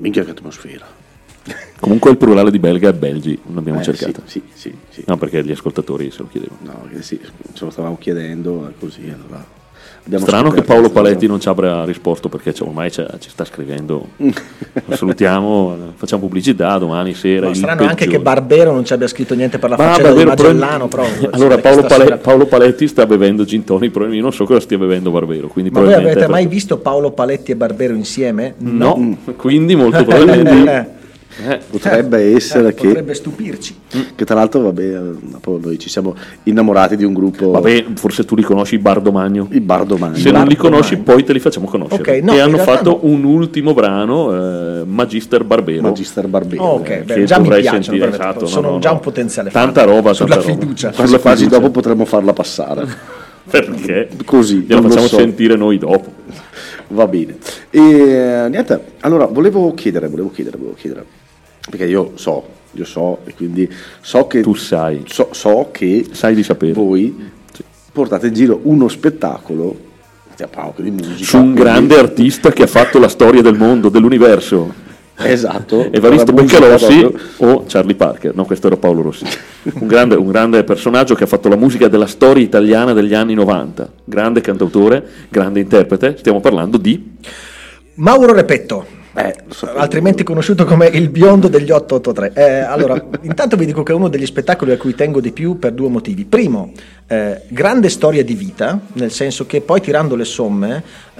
minchia che atmosfera. Comunque il plurale di belga è belgi, non abbiamo Eh, cercato. Sì, sì, sì, sì. No, perché gli ascoltatori se lo chiedevano. No, che sì, ce lo stavamo chiedendo così. Allora abbiamo Strano che scoperto Paolo questa Paletti cosa. non ci abbia risposto, perché cioè, ormai ci ci sta scrivendo. Lo salutiamo, facciamo pubblicità domani sera. No, il strano anche peggiore. che Barbero non ci abbia scritto niente per la Ma faccenda di Barbero, però- Magellano. Però, allora che Paolo, stasera- Pale- Paolo Paletti sta bevendo gin tonic, però io non so cosa stia bevendo Barbero. Quindi Ma voi probabilmente avete mai perché- visto Paolo Paletti e Barbero insieme? No, quindi molto probabilmente. Eh, Potrebbe essere Eh, che, potrebbe stupirci. che tra l'altro, vabbè, dopo noi ci siamo innamorati di un gruppo, vabbè, forse tu li conosci, Bardomagno. i Bardomani. Se non li Bardomagno. conosci, poi te li facciamo conoscere. Ok, no, e in hanno realtà fatto no. un ultimo brano, eh, Magister Barbero. Magister Barbero. Oh, ok, eh, beh, che già mi dovrei piacciono, sentire, perfetto. esatto, sono no, no, già no. un potenziale Tanta fan. roba, sulla tanta roba. fiducia. Quasi sulla quasi fiducia. dopo potremmo farla passare. Perché? Così, Gliela non lo facciamo so. sentire noi dopo. Va bene. E eh, niente, allora volevo chiedere, volevo chiedere, volevo chiedere, perché io so, io so, e quindi so che Tu sai, so, so che sai di sapere. voi portate in giro uno spettacolo a palco di musica Su un quindi- grande artista che ha fatto la storia del mondo, dell'universo. esatto, Evaristo la musica Beccalossi proprio. o Charlie Parker, no, questo era Paolo Rossi. Un grande, un grande personaggio che ha fatto la musica della storia italiana degli anni novanta, grande cantautore, grande interprete. Stiamo parlando di Mauro Repetto. Eh, lo sapevo. altrimenti conosciuto come il biondo degli otto otto tre. Eh, allora, intanto vi dico che è uno degli spettacoli a cui tengo di più per due motivi. Primo, eh, grande storia di vita, nel senso che poi tirando le somme,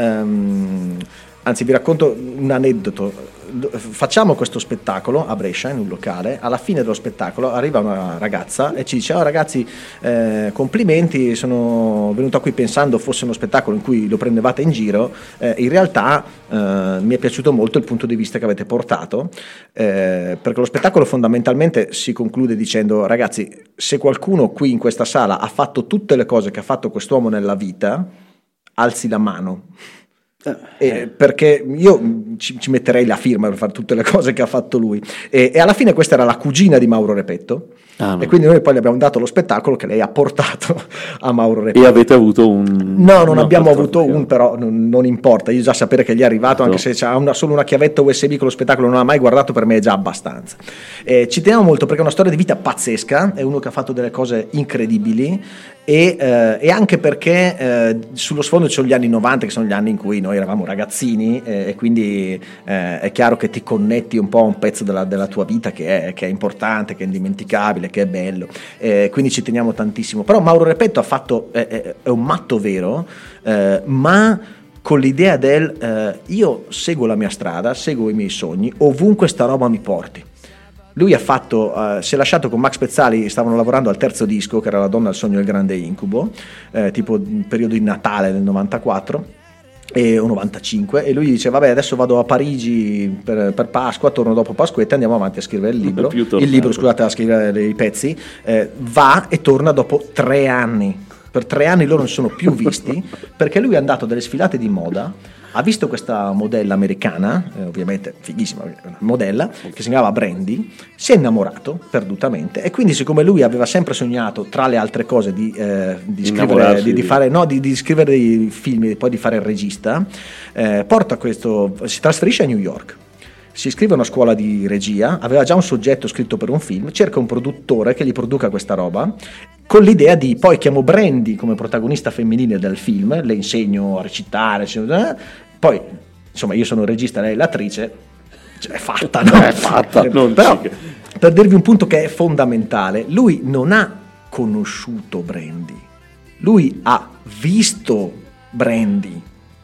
ehm, anzi vi racconto un aneddoto. Facciamo questo spettacolo a Brescia in un locale, alla fine dello spettacolo arriva una ragazza e ci dice: oh ragazzi, eh, complimenti, sono venuto qui pensando fosse uno spettacolo in cui lo prendevate in giro, eh, in realtà eh, mi è piaciuto molto il punto di vista che avete portato, eh, perché lo spettacolo fondamentalmente si conclude dicendo: ragazzi, se qualcuno qui in questa sala ha fatto tutte le cose che ha fatto quest'uomo nella vita, alzi la mano. Eh, perché io ci, ci metterei la firma per fare tutte le cose che ha fatto lui, e, e alla fine questa era la cugina di Mauro Repetto. Ah, no. E quindi noi poi le abbiamo dato lo spettacolo che lei ha portato a Mauro Repetto. e avete avuto un No, non no, abbiamo purtroppo, avuto un, però non, non importa, io già sapere che gli è arrivato, No. anche se c'ha una, solo una chiavetta U S B con lo spettacolo non ha mai guardato, per me è già abbastanza. Eh, ci teniamo molto perché è una storia di vita pazzesca, è uno che ha fatto delle cose incredibili, e, eh, e anche perché eh, sullo sfondo ci sono gli anni novanta, che sono gli anni in cui noi eravamo ragazzini, eh, e quindi eh, è chiaro che ti connetti un po' a un pezzo della, della tua vita che è, che è importante, che è indimenticabile, che è bello, eh, quindi ci teniamo tantissimo. Però Mauro Repetto ha fatto, è, è, è un matto vero, eh, ma con l'idea del eh, io seguo la mia strada, seguo i miei sogni, ovunque sta roba mi porti. Lui ha fatto, uh, si è lasciato con Max Pezzali, stavano lavorando al terzo disco, che era La donna al sogno del grande incubo, eh, tipo in periodo di Natale del novantaquattro e, o novantacinque, e lui dice: vabbè, adesso vado a Parigi per, per Pasqua, torno dopo Pasquetta, andiamo avanti a scrivere il libro, Più il tornato. libro, scusate, a scrivere i pezzi, eh, va e torna dopo tre anni. Per tre anni loro non sono più visti, perché lui è andato a delle sfilate di moda, ha visto questa modella americana, eh, ovviamente fighissima, una modella, che si chiamava Brandy, si è innamorato perdutamente, e quindi siccome lui aveva sempre sognato, tra le altre cose, di, eh, di scrivere, Innamorarsi di, di di- fare, no, di, di scrivere dei film e poi di fare il regista, eh, porta questo, si trasferisce a New York. Si iscrive a una scuola di regia, aveva già un soggetto scritto per un film, cerca un produttore che gli produca questa roba, con l'idea di poi chiamo Brandy come protagonista femminile del film, le insegno a recitare, eh, poi insomma io sono il regista, lei è l'attrice, cioè, è fatta, no? È fatta, Eh, non però, ci- per dirvi un punto che è fondamentale, lui non ha conosciuto Brandy, lui ha visto Brandy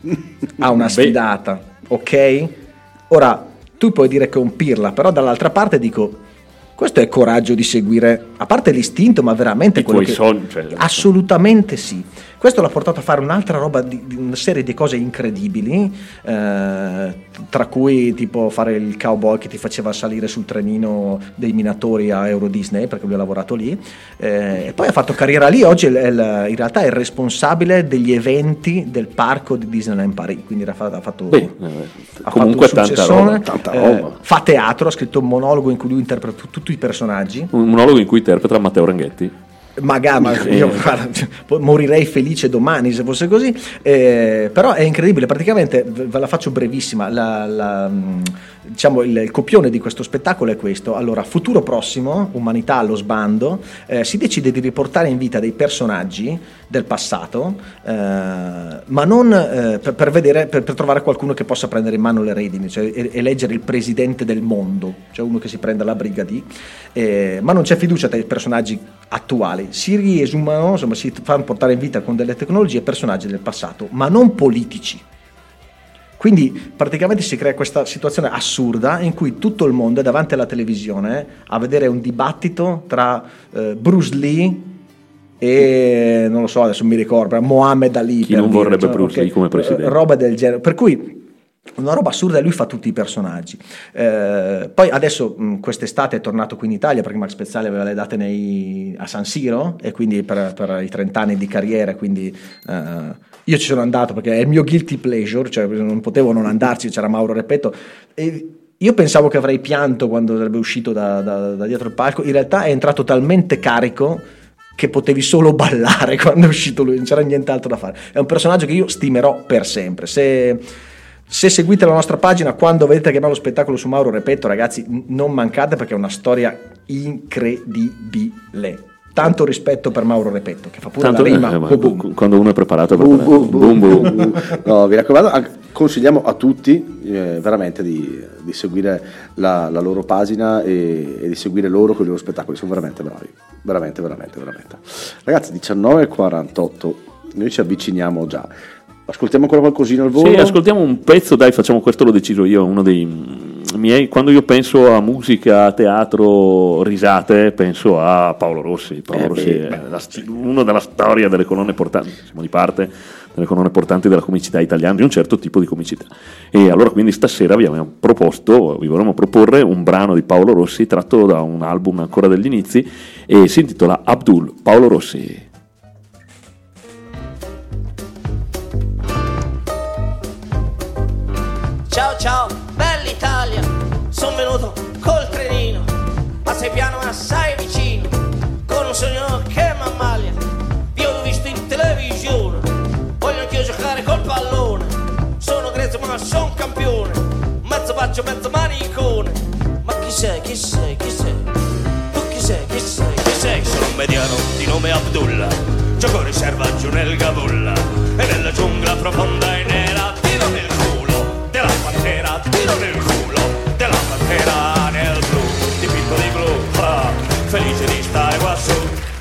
a una sfidata, ok? Ora, tu puoi dire che è un pirla, però dall'altra parte dico, questo è coraggio di seguire, a parte l'istinto, ma veramente I quello tuoi che... sogni, cioè- Assolutamente sì. Questo l'ha portato a fare un'altra roba, di, di una serie di cose incredibili, eh, tra cui tipo fare il cowboy che ti faceva salire sul trenino dei minatori a Euro Disney, perché lui ha lavorato lì, eh, e poi ha fatto carriera lì. Oggi è il- in realtà è il responsabile degli eventi del parco di Disneyland Paris, quindi ha fatto, ha fatto, Beh, eh, ha comunque fatto un tanta successone, roba, tanta eh, roba. fa teatro, ha scritto un monologo in cui lui interpreta tutti i personaggi. un monologo in cui interpreta Matteo Ranghetti. Magari, io guarda, morirei felice domani se fosse così, eh, però è incredibile, praticamente ve la faccio brevissima, la, la, diciamo il, il copione di questo spettacolo è questo. Allora, futuro prossimo, umanità allo sbando, eh, si decide di riportare in vita dei personaggi del passato, eh, ma non eh, per, per vedere, per, per trovare qualcuno che possa prendere in mano le redini, cioè eleggere il presidente del mondo, cioè uno che si prenda la briga di, eh, ma non c'è fiducia tra i personaggi attuali. Si riesumano, insomma, si fanno portare in vita con delle tecnologie personaggi del passato, ma non politici. Quindi praticamente si crea questa situazione assurda in cui tutto il mondo è davanti alla televisione a vedere un dibattito tra eh, Bruce Lee e non lo so, adesso mi ricordo, Mohammed Ali. Chi non dire, vorrebbe cioè, Bruce okay, Lee come presidente? Roba del genere. Per cui una roba assurda, e lui fa tutti i personaggi. Eh, poi adesso mh, quest'estate è tornato qui in Italia perché Max Pezzali aveva le date nei, a San Siro, e quindi per, per i trenta anni di carriera, quindi eh, io ci sono andato perché è il mio guilty pleasure, cioè non potevo non andarci, c'era Mauro Repetto e io pensavo che avrei pianto quando sarebbe uscito da, da, da dietro il palco. In realtà è entrato talmente carico che potevi solo ballare quando è uscito lui, non c'era nient'altro da fare. È un personaggio che io stimerò per sempre. Se Se seguite la nostra pagina, quando vedete che va lo spettacolo su Mauro Repetto, ragazzi, non mancate perché è una storia incredibile. Tanto rispetto per Mauro Repetto, che fa pure Tanto, la rima. eh, ma boom, boom. Quando uno è preparato, è Boom, preparato. boom, Boom, boom, boom. boom. No, vi raccomando, consigliamo a tutti eh, veramente di, di seguire la, la loro pagina e, e di seguire loro con i loro spettacoli, sono veramente bravi, veramente, veramente, veramente. Ragazzi, diciannove e quarantotto, noi ci avviciniamo già. Ascoltiamo ancora qualcosina al volo? Sì, ascoltiamo un pezzo, dai, facciamo questo, l'ho deciso io, uno dei miei, quando io penso a musica, teatro, risate, penso a Paolo Rossi. Paolo Eh, Rossi beh, è la, uno della storia delle colonne portanti, siamo di parte delle colonne portanti della comicità italiana, di un certo tipo di comicità. E allora quindi stasera vi abbiamo proposto, vi vorremmo proporre un brano di Paolo Rossi tratto da un album ancora degli inizi e si intitola Abdul, Paolo Rossi. Ciao ciao, bella Italia, sono venuto col trenino, ma sei piano ma assai vicino, con un sogno che m'ammalia, io l'ho visto in televisione, voglio anch'io giocare col pallone, sono grezzo ma sono campione, mezzo bacio, mezzo manicone, ma chi sei, chi sei, chi sei, tu chi sei, chi sei, chi sei, sono un mediano di nome Abdullah, gioco riserva giù nel Gabulla, e nella giungla profonda e nera, tiro nel culo della pantera, tiro nel culo della pantera nel blu, dipinto di blu, ah, felice di stare qua su.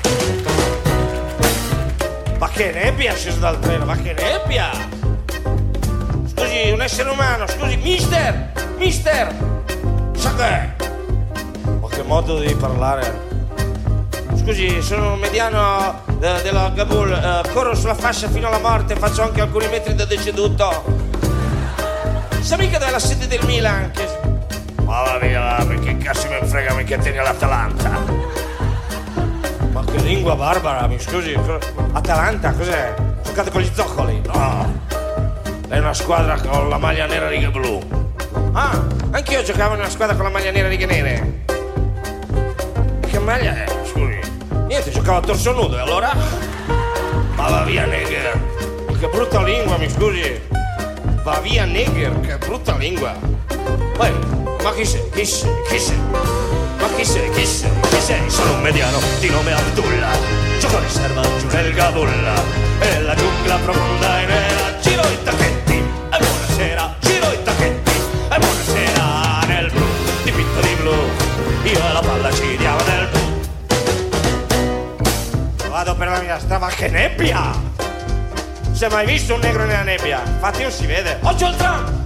Ma che nebbia è sceso dal treno, ma che nebbia! Scusi, un essere umano, scusi, mister, mister, sa che è? Ma che modo di parlare? Scusi, sono un mediano eh, della Gabul, eh, corro sulla fascia fino alla morte, faccio anche alcuni metri da deceduto. Sa mica dove è la sede del Milan? Che... Ma va via, perché cazzo me ne frega mica tieni l'Atalanta? Ma che lingua barbara, mi scusi. Atalanta, cos'è? Giocate con gli zoccoli? No. È una squadra con la maglia nera e righe blu. Ah, anch'io giocavo in una squadra con la maglia nera e righe nere. Che maglia è? Scusi. Niente, giocavo a torso nudo e allora? Ma va via, nigger. Che brutta lingua, mi scusi. Va via, nigger, che brutta lingua. Poi, ma chi sei, chi sei, chi sei? Ma chi sei, chi sei, chi sei? Sono un mediano di nome Abdullah, gioco riserva giù nel Gabulla, e nella giungla profonda e nera, giro i tacchetti, e buonasera, giro i tacchetti, e buonasera nel blu, dipinto di blu, io e la palla ci diamo nel blu. Vado per la mia strada, che nebbia! Si è mai visto un negro nella nebbia? Infatti non si vede. Oggi ho il tram!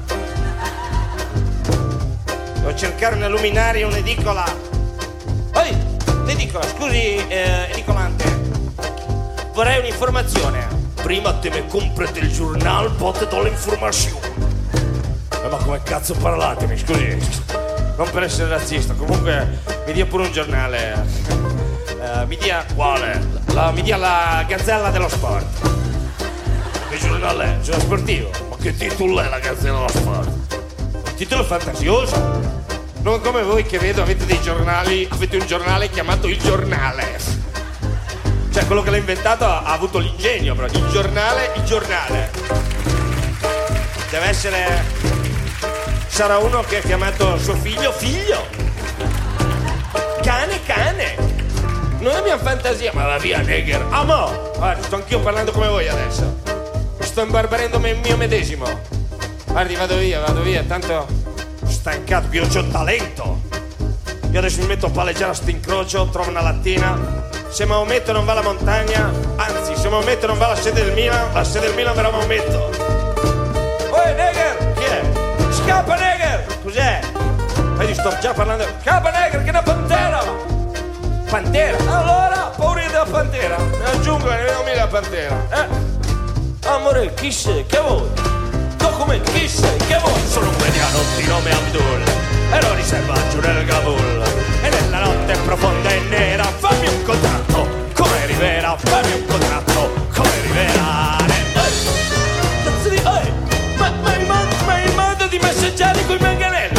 Devo cercare una luminaria, un'edicola. Oi, l'edicola, scusi, eh, edicolante. Vorrei un'informazione. Prima te me comprate il giornale, poi te do l'informazione. Eh, ma come cazzo parlate, mi scusi? Non per essere razzista, comunque mi dia pure un giornale. Eh, mi dia quale? La, mi dia la Gazzella dello Sport. Che giornale è? Giornale sportivo? Ma che titolo è la Gazzella dello Sport? Un titolo fantasioso. Non come voi che vedo avete dei giornali, avete un giornale chiamato Il Giornale. Cioè, quello che l'ha inventato ha, ha avuto l'ingegno, però. Il giornale, il giornale. Deve essere... Sarà uno che ha chiamato suo figlio figlio. Cane, cane. Non abbiamo fantasia, ma va via, Neger. Ah, mo! Guarda, sto anch'io parlando come voi adesso. Sto imbarbarendo me mio medesimo. Guardi, vado via, vado via, tanto stancato, io c'ho talento. Io adesso mi metto a palleggiare a st'incrocio, trovo una lattina. Se Maometto non va alla montagna, anzi, se Maometto non va alla sede del Milan, la sede del Milan verrà Maometto. Oi, Neger, chi è? Scappa, Neger! Cos'è? Vedi, sto già parlando. Scappa, Neger, che è una pantera! Pantera? Allora, paura della pantera. Nella giungla ne vedo mica la pantera. Eh? Amore, chi sei? Che vuoi? Documenti, chi sei? Che vuoi? Sono un mediano di nome Abdul. Ero riservaggio nel Kabul. E nella notte profonda e nera fammi un contratto come Rivera. Fammi un contratto come Rivera. Ehi! Cazzo di... Ehi! Ma, ma, il modo, ma il modo di messaggiare coi manganelli?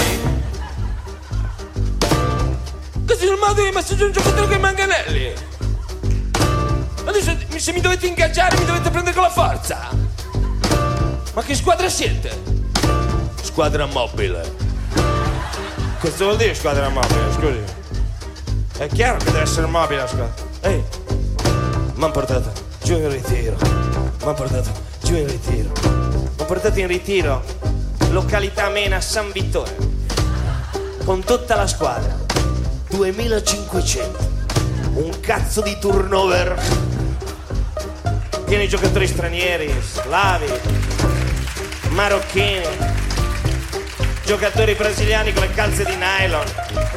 Questo è il modo di messaggiare un giocatore con i manganelli? Adesso se mi dovete ingaggiare mi dovete prendere con la forza. Ma che squadra siete? Squadra mobile. Cosa vuol dire squadra mobile? Scusi. È chiaro che deve essere mobile la squadra. Ehi, m'han portato giù in ritiro. M'han portato giù in ritiro. M'han portato in ritiro. Località Mena San Vittore. Con tutta la squadra. duemilacinquecento. Un cazzo di turnover. Pieni giocatori stranieri, slavi, marocchini, giocatori brasiliani con le calze di nylon.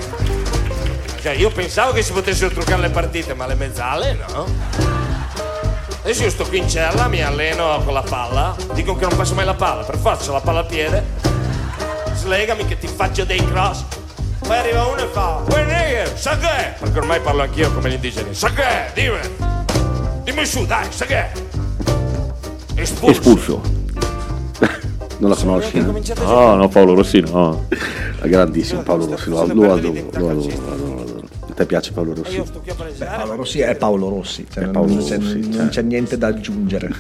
Cioè, io pensavo che si potessero truccare le partite, ma le mezzale no. Adesso io sto qui in cella, mi alleno con la palla, dicono che non passo mai la palla, per forza la palla al piede, slegami che ti faccio dei cross. Poi arriva uno e fa: uè Neger, sa che è? Perché ormai parlo anch'io come gli indigeni. Sa che è? Dimmi. Dimmi su, dai, sa che è? Espulso. Espulso. Non la conosci? No, oh, no, Paolo Rossi no. Grandissimo Paolo Rossi, lo, lo adoro, lo adoro, lo adoro. A te piace Paolo Rossi? Beh, Paolo Rossi è Paolo Rossi, cioè È non, Paolo non c'è, Rossi, non cioè. c'è niente da aggiungere.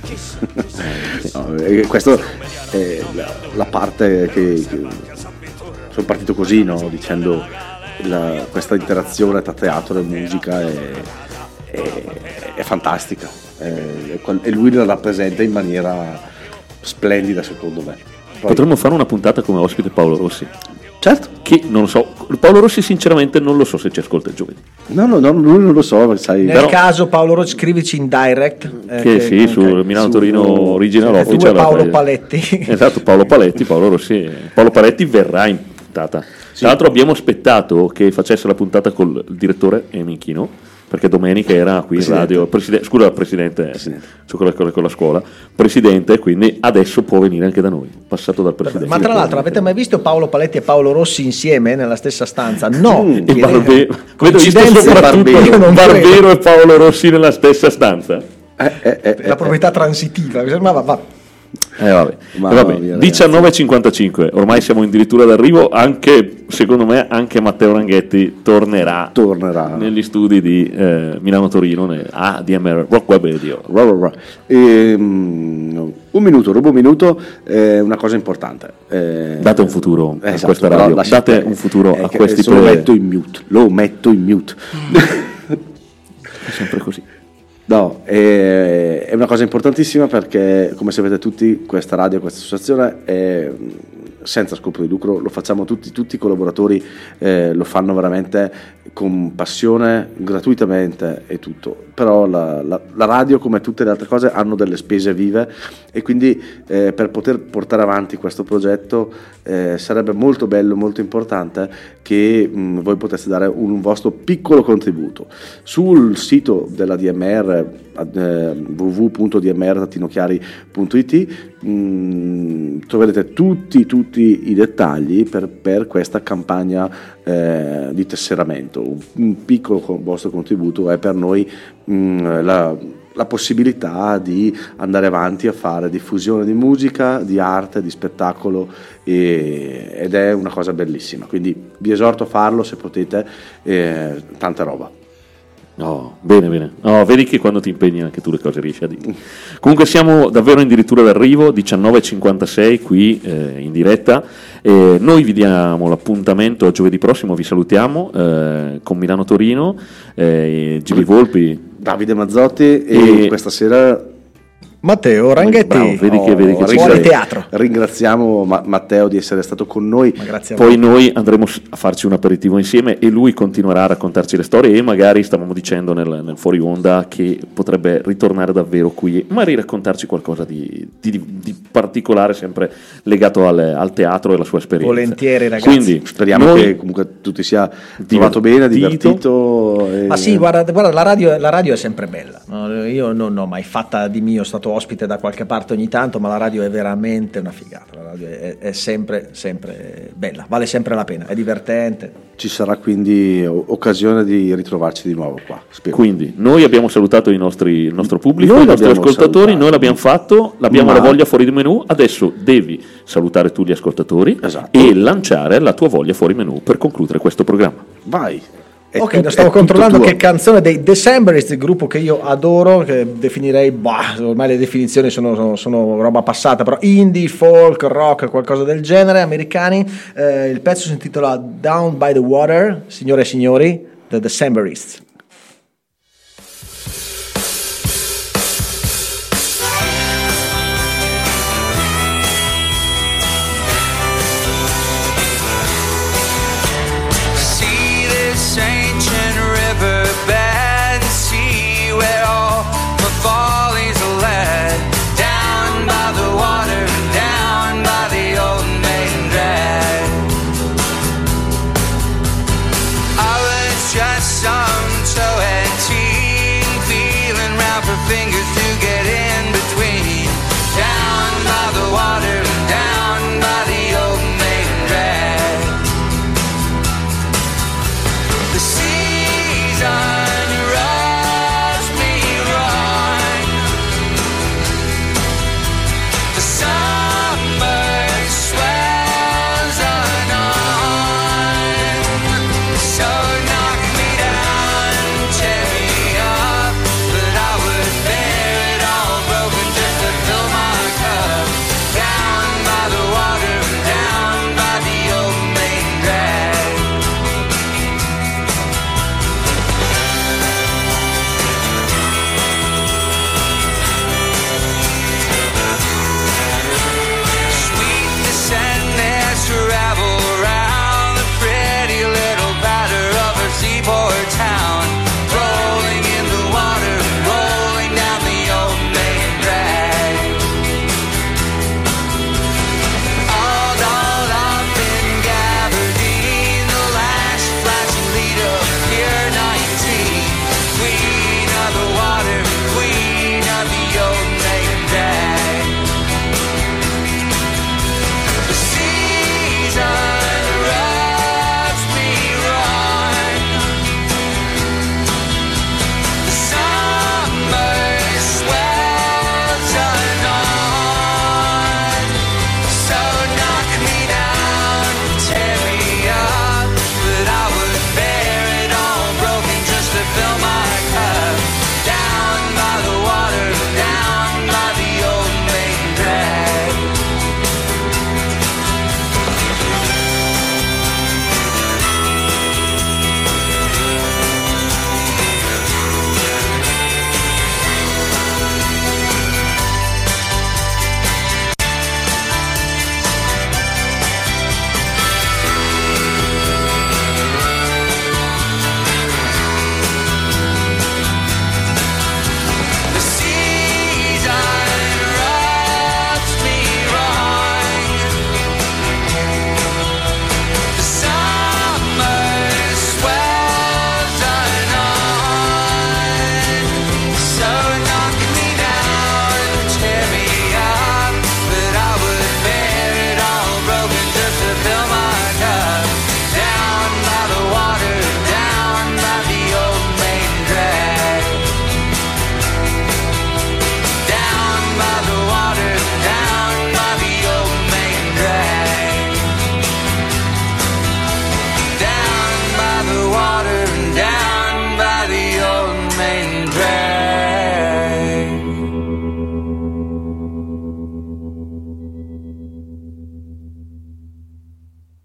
No, eh, questo è la, la parte che, che sono partito così, no? Dicendo la, questa interazione tra teatro e musica è, è, è fantastica, è, e lui la rappresenta in maniera splendida secondo me. Poi, Potremmo fare una puntata come ospite Paolo Rossi. certo. Che non lo so, Paolo Rossi sinceramente non lo so se ci ascolta il giovedì. No, no, no, lui non lo so, sai. Nel Però, caso Paolo Rossi, scrivici in direct. eh, Che sì, su okay. Milano Torino su- Original Eh, Official. tu e Paolo eh, Paletti. Esatto, Paolo Paletti, Paolo Rossi. Paolo Paletti verrà in puntata. Tra l'altro abbiamo aspettato che facesse la puntata col direttore e Minchino, perché domenica era qui in Presidente. radio, preside- scusa presidente, Presidente. su quella cosa con la scuola, presidente, quindi adesso può venire anche da noi, passato dal presidente. Ma tra l'altro, avete mai visto Paolo Paletti e Paolo Rossi insieme nella stessa stanza? No. Mm, E chiedete- Barbe- vedo visto Coincidenze, soprattutto io non Barbero credo. e Paolo Rossi nella stessa stanza. eh, eh, eh, La proprietà transitiva, mi sembrava, ma Eh, vabbè. Ma Eh, vabbè. mia, ragazzi. diciannove e cinquantacinque, ormai siamo addirittura d'arrivo, anche secondo me anche Matteo Ranghetti tornerà, tornerà. negli studi di eh, Milano Torino ne- a D M R Rock Web Radio. Ra, ra, ra. Ehm, un minuto, rubo un minuto, eh, una cosa importante. Eh, Date un futuro a esatto, questa però radio, lasciate- date un futuro eh, a che questi adesso lo tre- metto in mute, lo metto in mute. È sempre così. No, è, è una cosa importantissima perché, come sapete tutti, questa radio, questa associazione è senza scopo di lucro, lo facciamo tutti, tutti i collaboratori eh, lo fanno veramente con passione, gratuitamente e tutto, però la, la, la radio, come tutte le altre cose, hanno delle spese vive e quindi eh, per poter portare avanti questo progetto eh, sarebbe molto bello, molto importante che mh, voi poteste dare un vostro piccolo contributo. Sul sito della D M R eh, w w w punto d m r trattino chiari punto i t mh, troverete tutti, tutti i dettagli per, per questa campagna eh, di tesseramento. Un, un piccolo co- vostro contributo è per noi mh, la, la possibilità di andare avanti a fare diffusione di musica, di arte, di spettacolo e, ed è una cosa bellissima, quindi vi esorto a farlo se potete, eh, tanta roba. No, bene, bene. No, vedi che quando ti impegni anche tu le cose riesci a dire. Comunque siamo davvero addirittura d'arrivo, diciannove e cinquantasei qui eh, in diretta. Eh, noi vi diamo l'appuntamento giovedì prossimo, vi salutiamo eh, con Milano Torino, eh, G B Volpi, Davide Mazzotti e, e questa sera Matteo Ranghetti. Bravo, vedi che, vedi che oh, fuori teatro. Ringraziamo Ma- Matteo di essere stato con noi. Poi noi andremo a farci un aperitivo insieme e lui continuerà a raccontarci le storie e magari stavamo dicendo nel, nel fuori onda che potrebbe ritornare davvero qui e magari raccontarci qualcosa di, di, di particolare sempre legato al, al teatro e alla sua esperienza. Volentieri, ragazzi. Quindi speriamo noi, che comunque tu ti sia trovato bene, divertito. E... Ma sì, guarda, guarda la, radio, la radio è sempre bella, no? Io non ho mai fatta di mio, stato ospite da qualche parte ogni tanto, ma la radio è veramente una figata, la radio è, è sempre sempre bella, vale sempre la pena, è divertente. Ci sarà quindi occasione di ritrovarci di nuovo qua, spero. Quindi noi abbiamo salutato i nostri, il nostro pubblico, noi i nostri ascoltatori, salutato. Noi l'abbiamo fatto, l'abbiamo ma... la voglia fuori di menù, adesso devi salutare tu gli ascoltatori, esatto, e lanciare la tua voglia fuori menù per concludere questo programma. Vai. È ok, tu, stavo controllando che canzone dei Decemberists, il gruppo che io adoro, che definirei, bah, ormai le definizioni sono, sono, sono roba passata, però indie, folk, rock, qualcosa del genere, americani. Eh, il pezzo si intitola Down by the Water, signore e signori, The Decemberists.